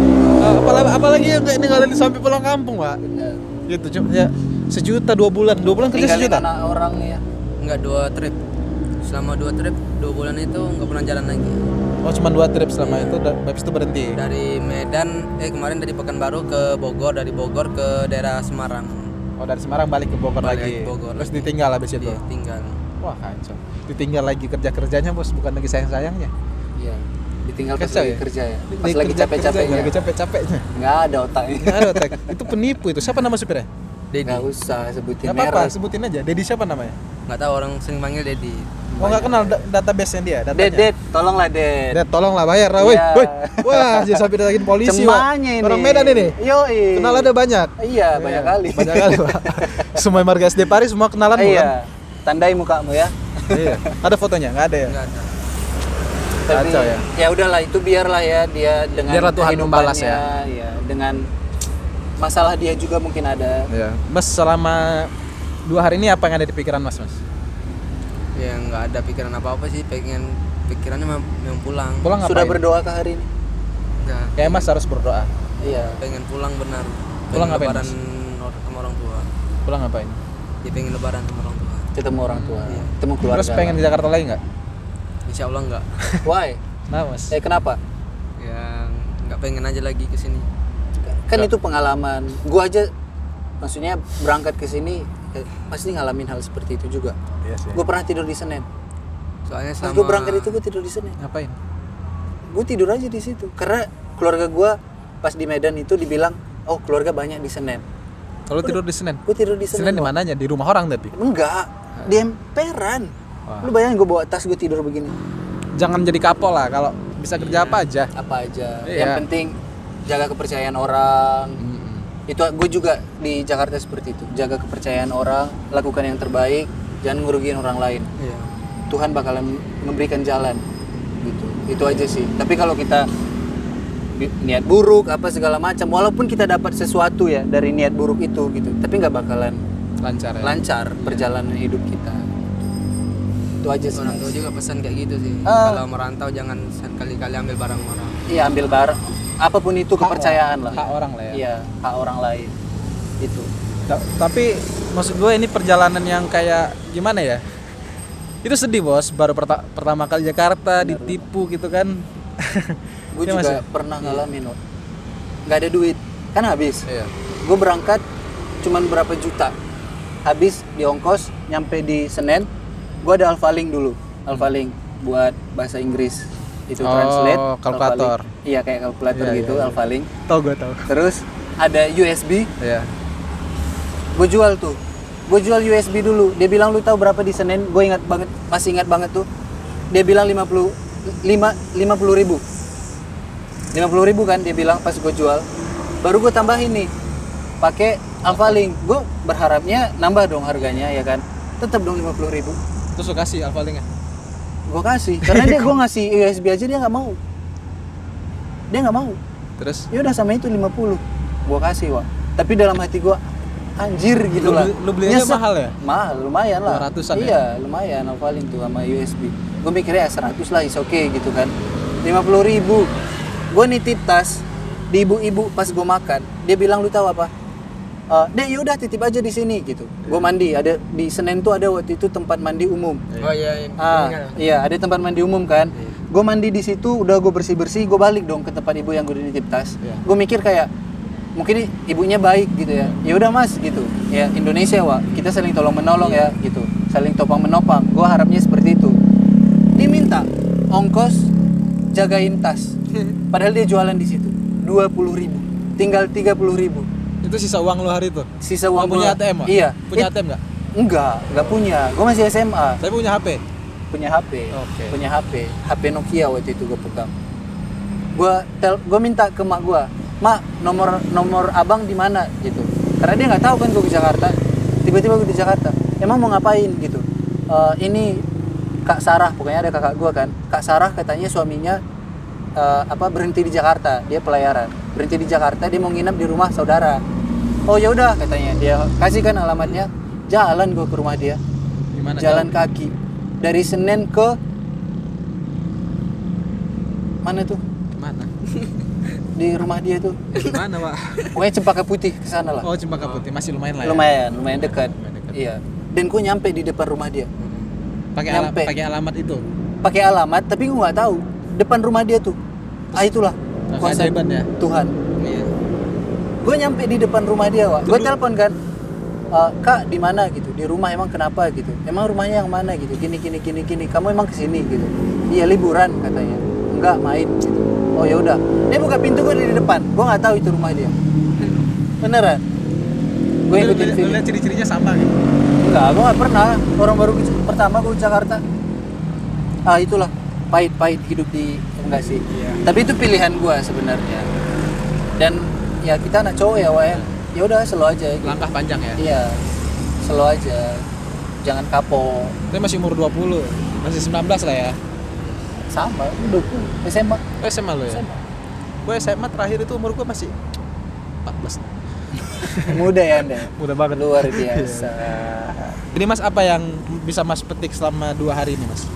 Apalagi yang kayak ninggalin sampai pulang kampung, Pak. Benar. Gitu cuma ya 1 juta 2 bulan. 2 bulan kerja Tinggalin 1 juta. anak orang ya. nggak 2 trip. Selama 2 trip, 2 bulan itu nggak pernah jalan lagi. Oh, cuma 2 trip selama itu habis itu berhenti. Dari Medan, kemarin dari Pekanbaru ke Bogor, dari Bogor ke daerah Semarang. Oh, dari Semarang balik ke Bogor Balik lagi. ke Bogor Terus lagi. ditinggal habis itu. Tinggal. Wah, kacau. Ditinggal lagi kerjanya, Bos, bukan lagi sayang-sayangnya. Iya. Ditinggal pas Kacau lagi ya? kerja ya. Pas Lagi lagi kerja- capek-capeknya. Lagi capek-capeknya. Nggak ada otaknya. Nggak ada otak. Itu penipu itu. Siapa nama supirnya? Dedi. Nggak usah sebutin Nggak apa-apa, merek. sebutin aja. Dedi siapa namanya? Nggak tahu, orang sering panggil Dedi. Oh, nggak kenal database-nya dia, datanya. Ded, tolonglah Ded. Ded, tolonglah bayar lah, woi. Iya. Woi. Wah, jangan sampai datangin polisi, Wak. Cemanya ini. Orang Medan ini. Yoi. Kenal ada banyak. Iya, banyak kali. Banyak kali, Pak. Semua marga SD Paris semua kenalan bukan? Iya. Tandai mukamu ya. Iya. Ada fotonya? Nggak ada ya? Nggak ada. Tapi Kacau ya. ya udahlah, itu biarlah ya dia dengan Biarlah Tuhan membalas ya. kehidupannya, ya, dengan masalah dia juga mungkin ada. Iya. Mas, selama 2 hari ini apa yang ada di pikiran Mas? Ya nggak ada pikiran apa-apa sih, pikirannya memang pulang. Pulang ngapain? Sudah berdoa ke hari ini? Nggak, Kayak Mas harus berdoa. Iya. pengen pulang benar. Pulang Pengen ngapain, lebaran sama orang tua. Pulang ngapain? Dia pengen lebaran sama orang tua. Ketemu orang tua, Iya. ketemu keluarga. Terus pengen di Jakarta lagi nggak? Insya Allah nggak. Why? Nah, Mas. Kenapa? Ya nggak pengen aja lagi ke sini. Kan itu pengalaman. Gua aja maksudnya berangkat ke sini pasti ngalamin hal seperti itu juga. Iya sih. Gue pernah tidur di Senen. Soalnya Pas sama gue berangkat itu gue tidur di Senen. Ngapain? Gue tidur aja di situ karena keluarga gue pas di Medan itu dibilang, oh keluarga banyak di Senen. Kalau tidur di Senen? Gue tidur di Senen. Senen di mananya? Di rumah orang tapi? Enggak, di emperan. Wah. Lu bayangin gue bawa tas gue tidur begini. Jangan jadi kapol lah, kalau bisa kerja apa aja. Apa aja. Iya. Yang penting jaga kepercayaan orang. Itu gue juga di Jakarta seperti itu. Jaga kepercayaan orang, lakukan yang terbaik, jangan ngerugiin orang lain. Iya. Tuhan bakalan memberikan jalan gitu. Itu aja sih. Tapi kalau kita niat buruk apa segala macam, walaupun kita dapat sesuatu ya dari niat buruk itu gitu, tapi nggak bakalan Lancar ya? lancar perjalanan hidup kita. Itu aja sih. Orang tua juga pesan kayak gitu sih. Ah. Kalau merantau jangan sekali-kali ambil barang orang. Iya, ambil barang apapun itu kepercayaan lah. Hak orang lah ya. Iya, hak orang lain. Itu. Tapi maksud gue ini perjalanan yang kayak gimana ya? Itu sedih, Bos. Baru pertama kali Jakarta ditipu gitu kan. Gue Iya, Mas, juga ya? pernah ngalamin, Wak. Nggak ada duit, kan habis. Iya. Gue berangkat cuman berapa juta, habis di ongkos, nyampe di Senen, gue ada Alphalink dulu, Alphalink buat bahasa Inggris. itu translate. kalkulator. Alphalink. Iya kayak kalkulator Iya, gitu, iya. Alphalink. Tahu gue tahu. Terus ada USB. Iya. Gue jual tuh. Gue jual USB dulu. Dia bilang lu tahu berapa di Senen? Gue ingat banget, masih ingat banget tuh. Dia bilang 50 ribu. 50 ribu kan dia bilang pas gue jual. Baru gue tambahin nih pakai Alphalink. Gue berharapnya nambah dong harganya ya kan. Tetap dong 50 ribu. Terus lu kasih Alphalink-nya? Gue kasih karena dia gue ngasih USB aja dia nggak mau. Dia nggak mau. Terus Ya udah sama itu 50. Gue kasih Wak. Tapi dalam hati gue anjir gitu lah. Lu belinya Nyesek. mahal ya? Mahal, lumayan lah. 200-an ya? Iya, lumayan Alphalink tuh sama USB. Gue mikirnya 100 lah, is oke gitu kan. 50 ribu. Gue nitip tas di ibu-ibu pas gue makan. Dia bilang lu tahu apa? Dek yaudah titip aja di sini gitu. Gue mandi, ada di Senen tuh ada waktu itu tempat mandi umum. Oh iya, Iya ada tempat mandi umum kan. Gue mandi di situ, udah gue bersih-bersih, gue balik dong ke tempat ibu yang gue nitip tas. Iya. Gue mikir kayak mungkin ibunya baik gitu ya. Ya udah mas gitu. Ya Indonesia Wak, kita saling tolong menolong ya gitu. Saling topang menopang. Gue harapnya seperti itu. Dia minta ongkos jagain tas. Padahal dia jualan di situ 20 ribu. Tinggal 30 ribu. itu sisa uang lu hari itu? Sisa uang punya gua- ATM? Iya. Punya ATM nggak? Enggak punya. Gue masih SMA. Tapi punya HP? Punya HP. Oke. Punya HP Nokia waktu itu gue pegang. Gue minta ke mak gue, mak nomor abang di mana gitu. Karena dia nggak tahu kan gue ke Jakarta. Tiba-tiba gue di Jakarta. Emang mau ngapain gitu? Ini Kak Sarah, pokoknya ada kakak gue kan. Kak Sarah katanya suaminya berhenti di Jakarta, dia pelayaran. Berhenti di Jakarta, dia mau nginep di rumah saudara. Oh ya udah katanya, dia kasih kan alamatnya. Jalan gue ke rumah dia. Gimana? Jalan kaki dari Senen ke mana tuh? Mana? Di rumah dia tuh. Gimana, Pak? Pokoknya Cempaka Putih ke sana lah. Oh, Cempaka Putih. Masih lumayan lah ya. Lumayan dekat. Lumayan dekat. Iya. Dan gue nyampe di depan rumah dia. Nyampe. Pakai alamat itu. Pakai alamat tapi gue nggak tahu depan rumah dia tuh. Itulah kuasa Keajaiban ya. Tuhan. Iya. Gue nyampe di depan rumah dia, Wak. Gue telepon kan. Kak di mana gitu? Di rumah emang kenapa gitu? Emang rumahnya yang mana gitu? Gini. Kamu emang kesini gitu? Iya liburan katanya. Enggak main gitu. Oh ya udah. Dia buka pintu gue di depan. Gue nggak tahu itu rumah dia. Beneran. Gue ikutin Lu film. lihat ciri-cirinya sama gitu. Enggak, gue nggak pernah. Orang baru pertama gue ke Jakarta. Itulah pahit hidup di enggak sih. Iya. Tapi itu pilihan gue sebenarnya. Dan ya kita anak cowok ya, Wak ya. Ya udah slow aja. Gitu. Langkah panjang ya. Iya, slow aja. Jangan kapok. Tapi masih umur 20. Masih 19 lah ya. Sama, 20 SMA. SMA lo ya? SMA. Gue SMA terakhir itu umur gue masih 14. Muda ya Anda. Mudah banget. Luar biasa. Ini Mas apa yang bisa Mas petik selama 2 hari ini Mas?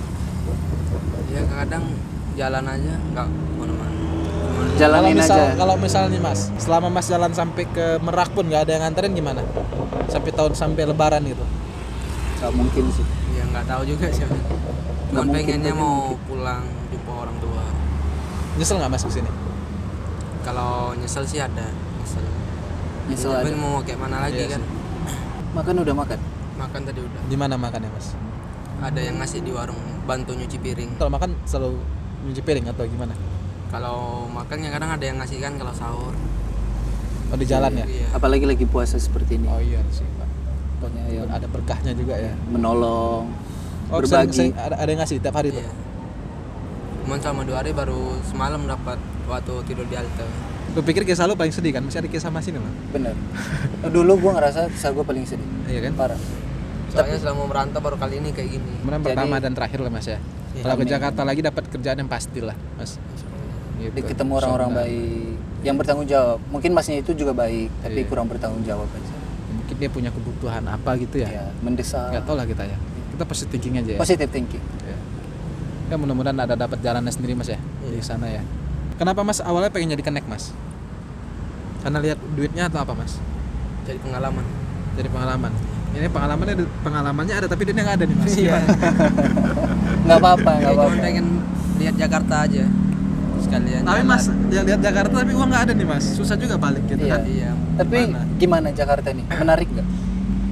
Ya kadang jalan aja nggak kemana-mana. Jalanin aja. Kalau misal nih Mas, selama Mas jalan sampai ke Merak pun nggak ada yang nganterin gimana? Sampai Lebaran gitu? Gak mungkin sih. Ya nggak tahu juga sih. Nggak Cuman mungkin, pengennya tapi mau mungkin. pulang jumpa orang tua. Nyesel nggak Mas kesini? Kalau nyesel sih ada. Nyesel Tapi aja. mau kayak mana lagi Iya kan? Makan udah makan. Makan tadi udah. Di mana makannya Mas? Ada yang ngasih di warung bantu nyuci piring. Kalau makan selalu nyuci piring atau gimana? Kalau makan ya kadang ada yang ngasih kan kalau sahur. Oh di jalan ya? Iya. Apalagi lagi puasa seperti ini. Oh iya sih Pak. Pokoknya ya Ada berkahnya juga ya. menolong, Oh berbagi. ada yang ngasih tiap hari tuh? Iya. Cuman selama 2 hari baru semalam dapat waktu tidur di halte. Lu pikir kisah lu paling sedih kan? Masih ada kisah Mas ini Mas? Bener. Dulu gue ngerasa kisah gue paling sedih. Iya kan? Parah. Soalnya selama merantau baru kali ini kayak gini. Kemudian Jadi- pertama dan terakhir lah Mas ya. Iya, Kalau ke amin. Jakarta lagi dapat kerjaan yang pasti lah Mas. Gitu. Ketemu orang-orang Soalnya baik yang bertanggung jawab. Mungkin masnya itu juga baik, tapi Iya. kurang bertanggung jawab aja. Mungkin dia punya kebutuhan apa gitu ya. Ya, mendesak. Nggak tahu lah kita ya. Kita positive thinking aja ya. Positive thinking. Ya. Ya mudah-mudahan ada dapat jalannya sendiri Mas ya di sana ya. Kenapa Mas awalnya pengen jadi kenek Mas? Karena lihat duitnya atau apa Mas? Jadi pengalaman. Jadi pengalaman. Ini pengalamannya ada tapi duitnya nggak ada nih Mas. Iya. Nggak apa-apa, Ya, nggak cuma apa-apa. pengen lihat Jakarta aja. Sekalian. Tapi jalan. Mas lihat Jakarta tapi uang nggak ada nih Mas. Susah juga balik gitu Iya. kan. Iya. Tapi Gimana? gimana Jakarta nih? Menarik nggak?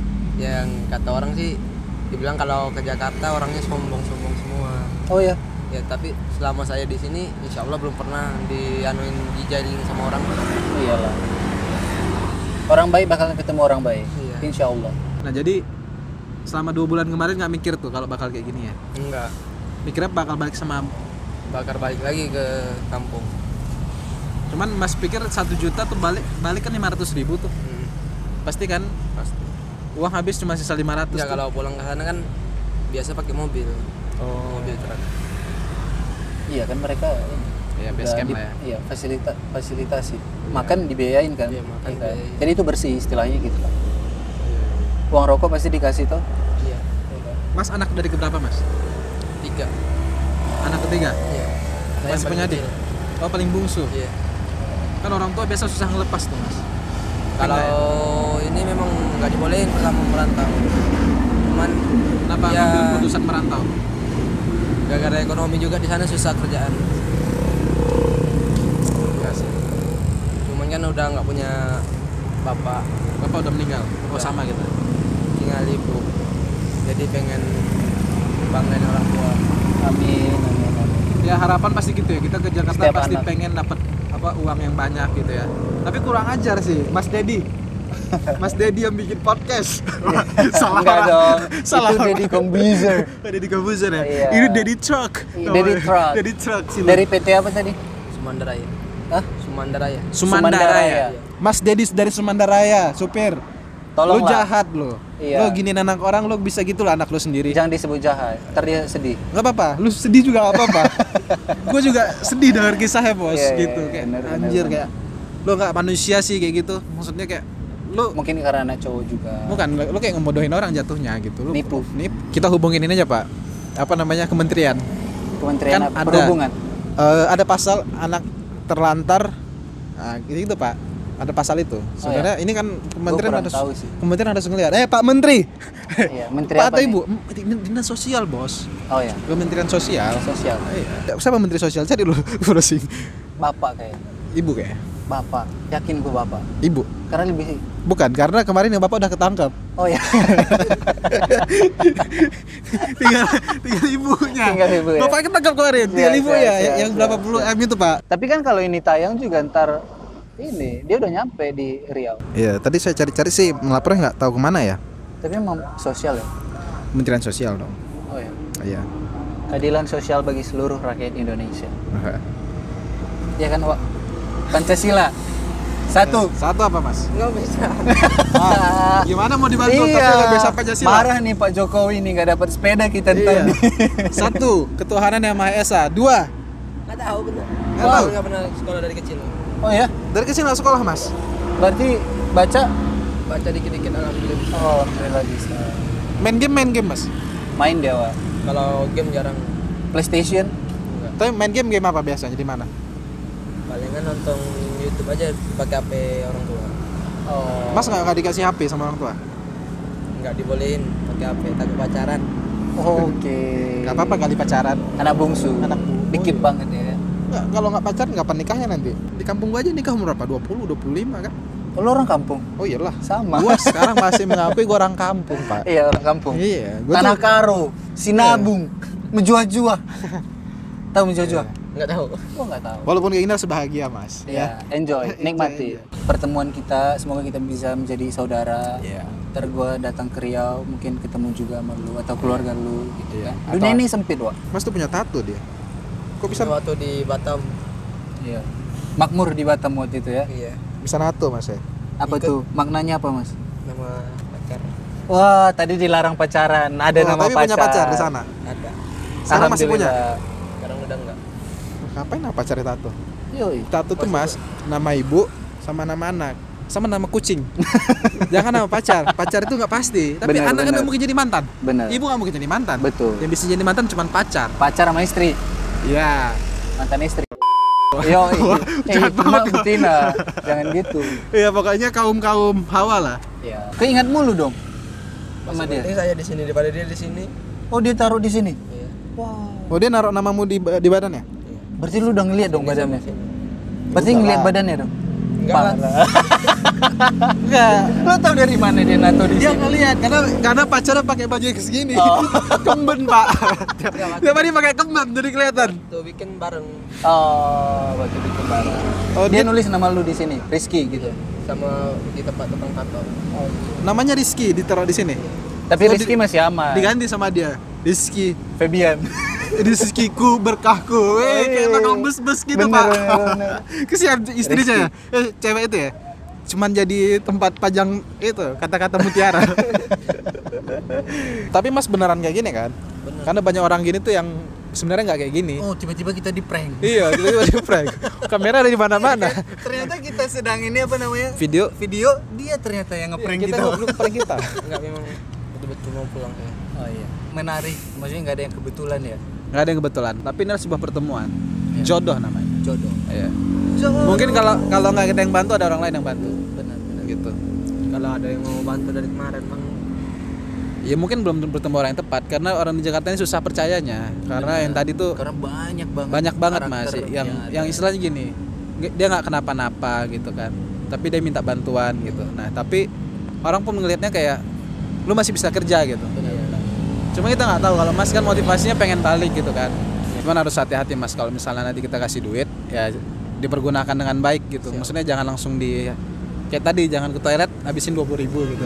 Yang kata orang sih dibilang kalau ke Jakarta orangnya sombong semua. Oh ya, Ya tapi selama saya di sini insya Allah belum pernah dijalin sama orang. Iyalah. Orang baik bakal ketemu orang baik. Iya. Insya Allah. Nah jadi selama 2 bulan kemarin nggak mikir tuh kalau bakal kayak gini ya? Enggak, Mikirnya bakal balik sama, bakar balik lagi ke kampung. cuman Mas pikir 1 juta tuh balik kan 500.000 tuh. Pasti kan Pasti. uang habis cuma sisa 500 Ya tuh. kalau pulang ke sana kan biasa pakai mobil. Oh. Mobil truk. Iya kan mereka Ya, udah base camp lah ya. Iya, fasilitasi. Makan dibiayain kan? Iya, makan Iya kan? dibiayain. Jadi itu bersih istilahnya gitu lah. Uang rokok pasti dikasih toh? Iya. Mas anak dari keberapa Mas? 3. Anak ketiga? Iya. Saya Masih paling punya adik? kecil. Oh paling bungsu? Iya. Kan orang tua biasa susah ngelepas tuh Mas. Kalau ini memang nggak dibolehin pertama merantau. Cuman Kenapa ya, ngambil keputusan merantau? gara-gara ekonomi juga di sana susah kerjaan. Ya sih. Cuman kan udah nggak punya bapak, Bapak udah meninggal? Oh Udah. sama gitu? tinggal ibu. Jadi pengen banggain orang tua. Amin, amin, amin. Ya harapan pasti gitu ya, kita ke Jakarta Setiap pasti anak. pengen dapat uang yang banyak gitu ya. Tapi kurang ajar sih Mas Dedi. Mas Dedi yang bikin podcast. Salah Enggak orang. dong. Salah Itu orang. Deddy Kombuzer. Deddy Kombuzer ya? Iya. Ini Deddy Truck. Deddy Truck. Deddy Truck sih. Dari PT apa tadi? Sumandaraya. Hah? Sumandaraya. Sumandaraya. Mas Dedi dari Sumandaraya, supir. Lu Tolonglah. jahat lo. Iya. Lo giniin anak orang, lo bisa gitu lah anak lo sendiri. Jangan disebut jahat. Ntar dia sedih. Gak apa-apa, lu sedih juga gak apa-apa. Gue juga sedih dengar kisahnya bos, Iya, gitu iya, kayak bener, anjir bener. kayak lo nggak manusia sih kayak gitu. Maksudnya kayak lo Mungkin karena anak cowok juga. bukan lo kayak ngemodohin orang jatuhnya gitu. Lo Nipu. Kita hubungin ini aja pak. Apa namanya kementerian? Kementerian Kan apa? ada. Perhubungan. Ada pasal anak terlantar. Nah, gitu pak. Ada pasal itu. Sebenarnya ini kan kementerian kurang harus tahu sih. kementerian harus ngeliat. Pak Menteri. Iya, menteri Pak apa atau nih? Ibu? Dinas sosial bos. Oh ya, Kementerian Sosial. sosial. Iya. Siapa Menteri Sosial? Cari dulu browsing. Bapak kayak. Ibu kayak. Bapak. Yakin gua bapak. Ibu. Karena lebih. Bukan, karena kemarin yang bapak udah ketangkep. Oh ya. tinggal ibunya. Tinggal ibu ya. Bapaknya ketangkep kemarin. Tinggal ibu Siap, ya, siap, yang siap, berapa puluh siap. M itu pak. Tapi kan kalau ini tayang juga ntar ini dia udah nyampe di Riau. Iya, tadi saya cari-cari sih melapornya nggak tahu kemana ya. Tapi memang sosial ya. Kementerian Sosial dong. Oh ya. Iya. Keadilan sosial bagi seluruh rakyat Indonesia. Ya kan, Wak? Pancasila. Satu. Satu apa mas? Nggak bisa. Gimana mau dibantu tapi Iya. nggak bisa Pancasila? Marah nih Pak Jokowi nih nggak dapat sepeda kita Iya. ntar. Satu, ketuhanan yang Maha Esa. Dua, Nggak tahu bener. Nggak tahu? Nggak pernah sekolah dari kecil. Oh ya. dari kecil nggak sekolah mas? Berarti baca. Baca dikit-dikit alhamdulillah bisa. Oh, alhamdulillah bisa. Main game mas. Main dia, Wak. Kalau game jarang. PlayStation. Enggak. Tapi main game apa biasanya di mana? Palingan nonton YouTube aja pakai HP orang tua. Oh. Mas nggak dikasih HP sama orang tua? Nggak dibolehin pakai HP takut pacaran. Oke. Nggak apa-apa kali pacaran. Anak bungsu. Anak bungsu. Dikit banget ya. Nggak, kalau nggak pacaran kapan nikahnya nanti? Di kampung gua aja nikah umur berapa? 20, 25 kan? Oh, lu orang kampung? Oh iyalah. Sama. Gua sekarang masih mengakui gua orang kampung, Pak. Iya, orang kampung. Iya, gua Tanah tuh Karo, Sinabung, Menjua-jua. Tahu Menjua-jua? Nggak tahu. Oh, nggak tahu. walaupun kayak gini harus bahagia, Mas. Ya, enjoy, nikmati pertemuan kita. Semoga kita bisa menjadi saudara. Iya. Ntar gua datang ke Riau, mungkin ketemu juga sama lu atau keluarga lu gitu Iya. kan. Dunia Atau- ini sempit, Wak. Mas tuh punya tato dia. Kok bisa Waktu di Batam. Iya. Makmur di Batam waktu itu ya. Iya. bisa nato, Mas ya? Apa Ikut. tuh? Maknanya apa, Mas? Nama pacar. Wah, tadi dilarang pacaran. Ada Oh, nama tapi pacar. punya pacar di sana. Ada. Sekarang masih punya? Alhamdulillah. Sekarang udah enggak. Ngapain apa cari tato? Yoi. Tato tuh, Mas, nama ibu sama nama anak sama nama kucing. Jangan nama pacar. Pacar itu nggak pasti. Tapi Benar, anak kan benar. nggak mungkin jadi mantan. Bener. Ibu nggak mungkin jadi mantan. Betul. Yang bisa jadi mantan cuma pacar. Pacar sama istri, Iya. mantan istri. Yo, jahat cuma banget. betina. Jangan gitu. Iya, pokoknya kaum Hawa lah. Ya. Keingat mulu dong sama Masih penting dia. saya di sini daripada dia di sini. Oh, dia taruh di sini. Iya. Wow. Oh, dia naruh namamu di badannya? Berarti lu udah ngeliat dong Ini badannya. sama sini. Berarti Udah ngeliat lah. badannya dong. Enggak. Enggak. Lo tau dari mana dia nato di Dia sini? ngeliat karena pacarnya pakai baju yang segini. Oh. Kemben, Pak. Tiap hari pakai kemben jadi kelihatan. Tuh bikin bareng Oh, baju bikin barang. Oh, Dia dia nulis nama lu di sini, Rizky gitu. sama di tempat tukang tato. namanya Rizky ditaruh di sini. Tapi Oh, Rizky masih aman. Diganti sama dia. Rizky. Febian. Rizkyku berkahku. Kayak tukang bus-bus gitu, Bener, Pak. bener. Kesian istrinya ya. Cewek itu ya. Cuman jadi tempat pajang itu kata-kata mutiara. Tapi Mas beneran kayak gini kan? Bener. Karena banyak orang gini tuh yang sebenarnya nggak kayak gini. Oh, tiba-tiba kita di prank. Iya, tiba-tiba di prank. Kamera ada di mana-mana. Ternyata kita sedang ini apa namanya? Video Video dia ternyata yang ngeprank kita gitu. prank kita. Enggak, memang betul-betul mau pulang kayak. Oh iya. Menarik. Maksudnya nggak ada yang kebetulan ya. Nggak ada yang kebetulan, tapi ini adalah sebuah pertemuan. Jodoh namanya. Jodoh. Iya. Mungkin kalau nggak kita yang bantu ada orang lain yang bantu. Benar. Gitu. Kalau ada yang mau bantu dari kemarin bang, Ya mungkin belum bertemu orang yang tepat karena orang di Jakarta ini susah percayanya. Karena yang tadi tuh Karena banyak banget Mas karakter yang istilahnya gini. Dia nggak kenapa-napa gitu kan. Tapi dia minta bantuan gitu. Nah, tapi orang pun ngelihatnya kayak lu masih bisa kerja gitu. Cuma kita nggak tahu kalau Mas kan motivasinya pengen balik gitu kan. Cuman harus hati-hati Mas kalau misalnya nanti kita kasih duit ya dipergunakan dengan baik gitu. Maksudnya jangan langsung kayak tadi jangan ke toilet habisin 20.000 gitu.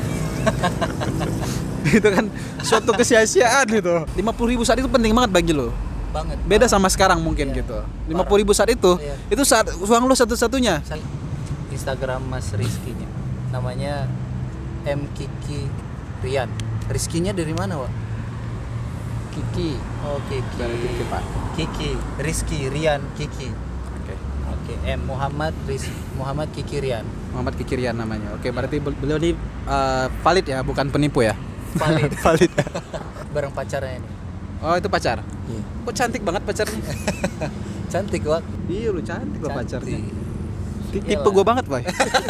Itu kan suatu kesia-siaan gitu. 50.000 saat itu penting banget bagi lo. banget. Beda sama sekarang mungkin Iya. gitu. 50.000 saat itu, Iya. itu saat uang lo satu-satunya. Instagram Mas Rizky-nya. Namanya M Kiki Rian. Rizky-nya dari mana, Wak? Kiki. Oh, Kiki. Dari Kiki, Pak. Kiki, Rizky Rian Kiki. Oke. Oke, Muhammad Kiki Rian. Muhammad Kikirian namanya. Oke, berarti beliau ini valid ya, bukan penipu ya? Valid. Valid. Bareng pacarnya ini. Oh, itu pacar. Iya. Kok cantik banget pacarnya? Cantik, Wak. Iya, lu cantik loh pacarnya. Tipe Iyalah. gue banget, Boy.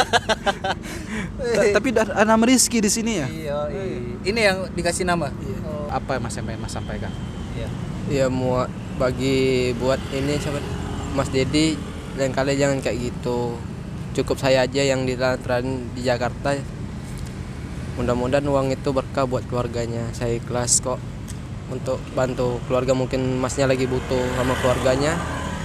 Tapi ada nama Rizky di sini ya? Iya, ini yang dikasih nama. Oh, Apa Mas yang pengen Mas sampaikan? iya. Iya mau buat ini siapa Mas Dedi, lain kali jangan kayak gitu. Cukup saya aja yang dilantaran di Jakarta. Mudah-mudahan uang itu berkah buat keluarganya. Saya ikhlas kok untuk bantu keluarga, mungkin Masnya lagi butuh sama keluarganya.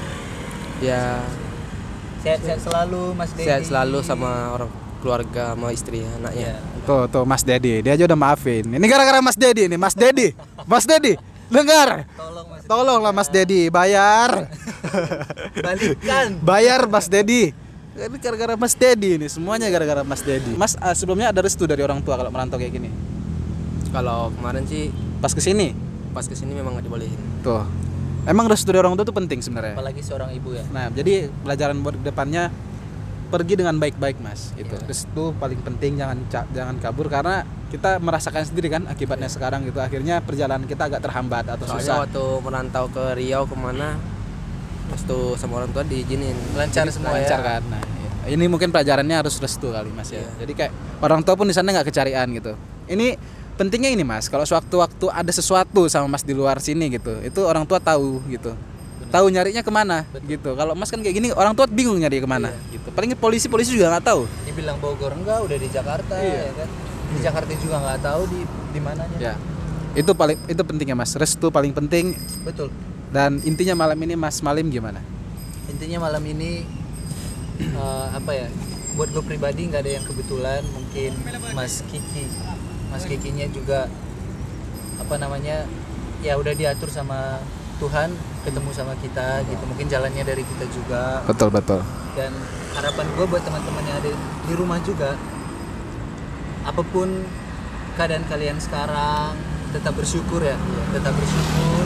Ya Sehat-sehat selalu, Mas Dedi. sehat selalu sama orang keluarga, sama istri, anaknya. Iya. Tuh Mas Dedi, dia aja udah maafin. Ini gara-gara Mas Dedi nih, Mas Dedi. Mas Dedi, dengar. Tolong, Mas. Tolonglah Mas Dedi, bayar. Balikan. Bayar Mas Dedi. Ini gara-gara Mas Dedi nih, semuanya gara-gara Mas Dedi. Mas sebelumnya ada restu dari orang tua kalau merantau kayak gini? Kalau kemarin sih Pas kesini? pas kesini memang nggak dibolehin. Tuh. Emang restu dari orang tua itu penting sebenarnya. Apalagi seorang ibu ya. Nah, jadi pelajaran buat depannya pergi dengan baik-baik Mas. Itu Iya. restu paling penting, jangan kabur karena kita merasakan sendiri kan akibatnya sekarang gitu. Akhirnya perjalanan kita agak terhambat atau Soalnya susah. waktu merantau ke Riau kemana, pas tuh sama orang tua diizinin. Lancar Jadi semua lancar ya. kan. Nah, ini mungkin pelajarannya harus restu kali Mas ya. Iya. Jadi kayak orang tua pun di sana nggak kecarian gitu. Ini pentingnya ini Mas, kalau sewaktu-waktu ada sesuatu sama Mas di luar sini gitu, itu orang tua tahu gitu. Tahu nyarinya kemana gitu. Kalau Mas kan kayak gini orang tua bingung nyari kemana gitu. Paling polisi juga nggak tahu. Dibilang Bogor enggak, udah di Jakarta ya kan. Di Jakarta juga nggak tahu di mananya. Ya. Itu pentingnya Mas. Restu paling penting. Betul. Dan intinya malam ini Mas Malim gimana? Intinya malam ini apa ya? Buat gue pribadi nggak ada yang kebetulan. Mungkin Mas Kikinya juga apa namanya? Ya udah diatur sama Tuhan, ketemu sama kita gitu. Mungkin jalannya dari kita juga. Betul. Dan harapan gue buat teman-teman yang ada di rumah juga, apapun keadaan kalian sekarang, tetap bersyukur ya. Tetap bersyukur,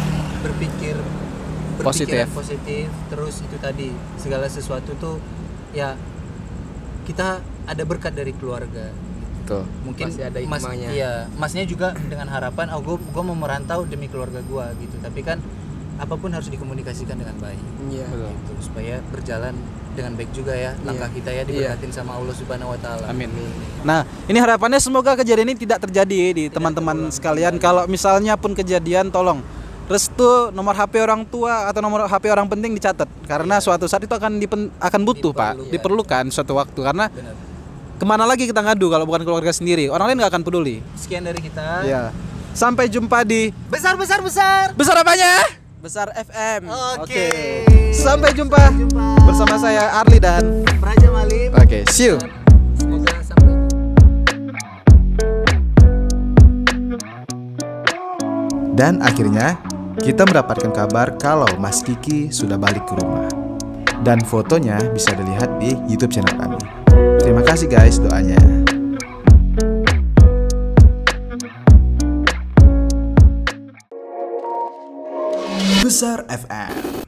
berpikiran positif. Terus itu tadi, segala sesuatu tuh ya kita ada berkat dari keluarga. Betul. Mungkin Pasti ada Mas, hikmahnya. iya, Masnya juga dengan harapan, gue mau merantau demi keluarga gue gitu. Tapi kan apapun harus dikomunikasikan dengan baik. Iya. Betul. Gitu, supaya berjalan dengan baik juga ya langkah kita ya, diberkatin sama Allah Subhanahu Wa Taala. Amin. Nah, ini harapannya semoga kejadian ini tidak terjadi di teman-teman sekalian. Kalau misalnya pun kejadian, tolong restu, nomor HP orang tua atau nomor HP orang penting dicatat karena suatu saat itu akan butuh Pak, diperlukan suatu waktu karena kemana lagi kita ngadu kalau bukan keluarga sendiri, orang lain nggak akan peduli. Sekian dari kita. Ya. Sampai jumpa di Besar. Besar apanya? Besar FM. Oke. Sampai jumpa bersama saya Arli dan Praja Malim. Oke, see you. Semoga sampai. Dan akhirnya kita mendapatkan kabar kalau Mas Kiki sudah balik ke rumah. Dan fotonya bisa dilihat di YouTube channel kami. Terima kasih guys doanya. Besar FM.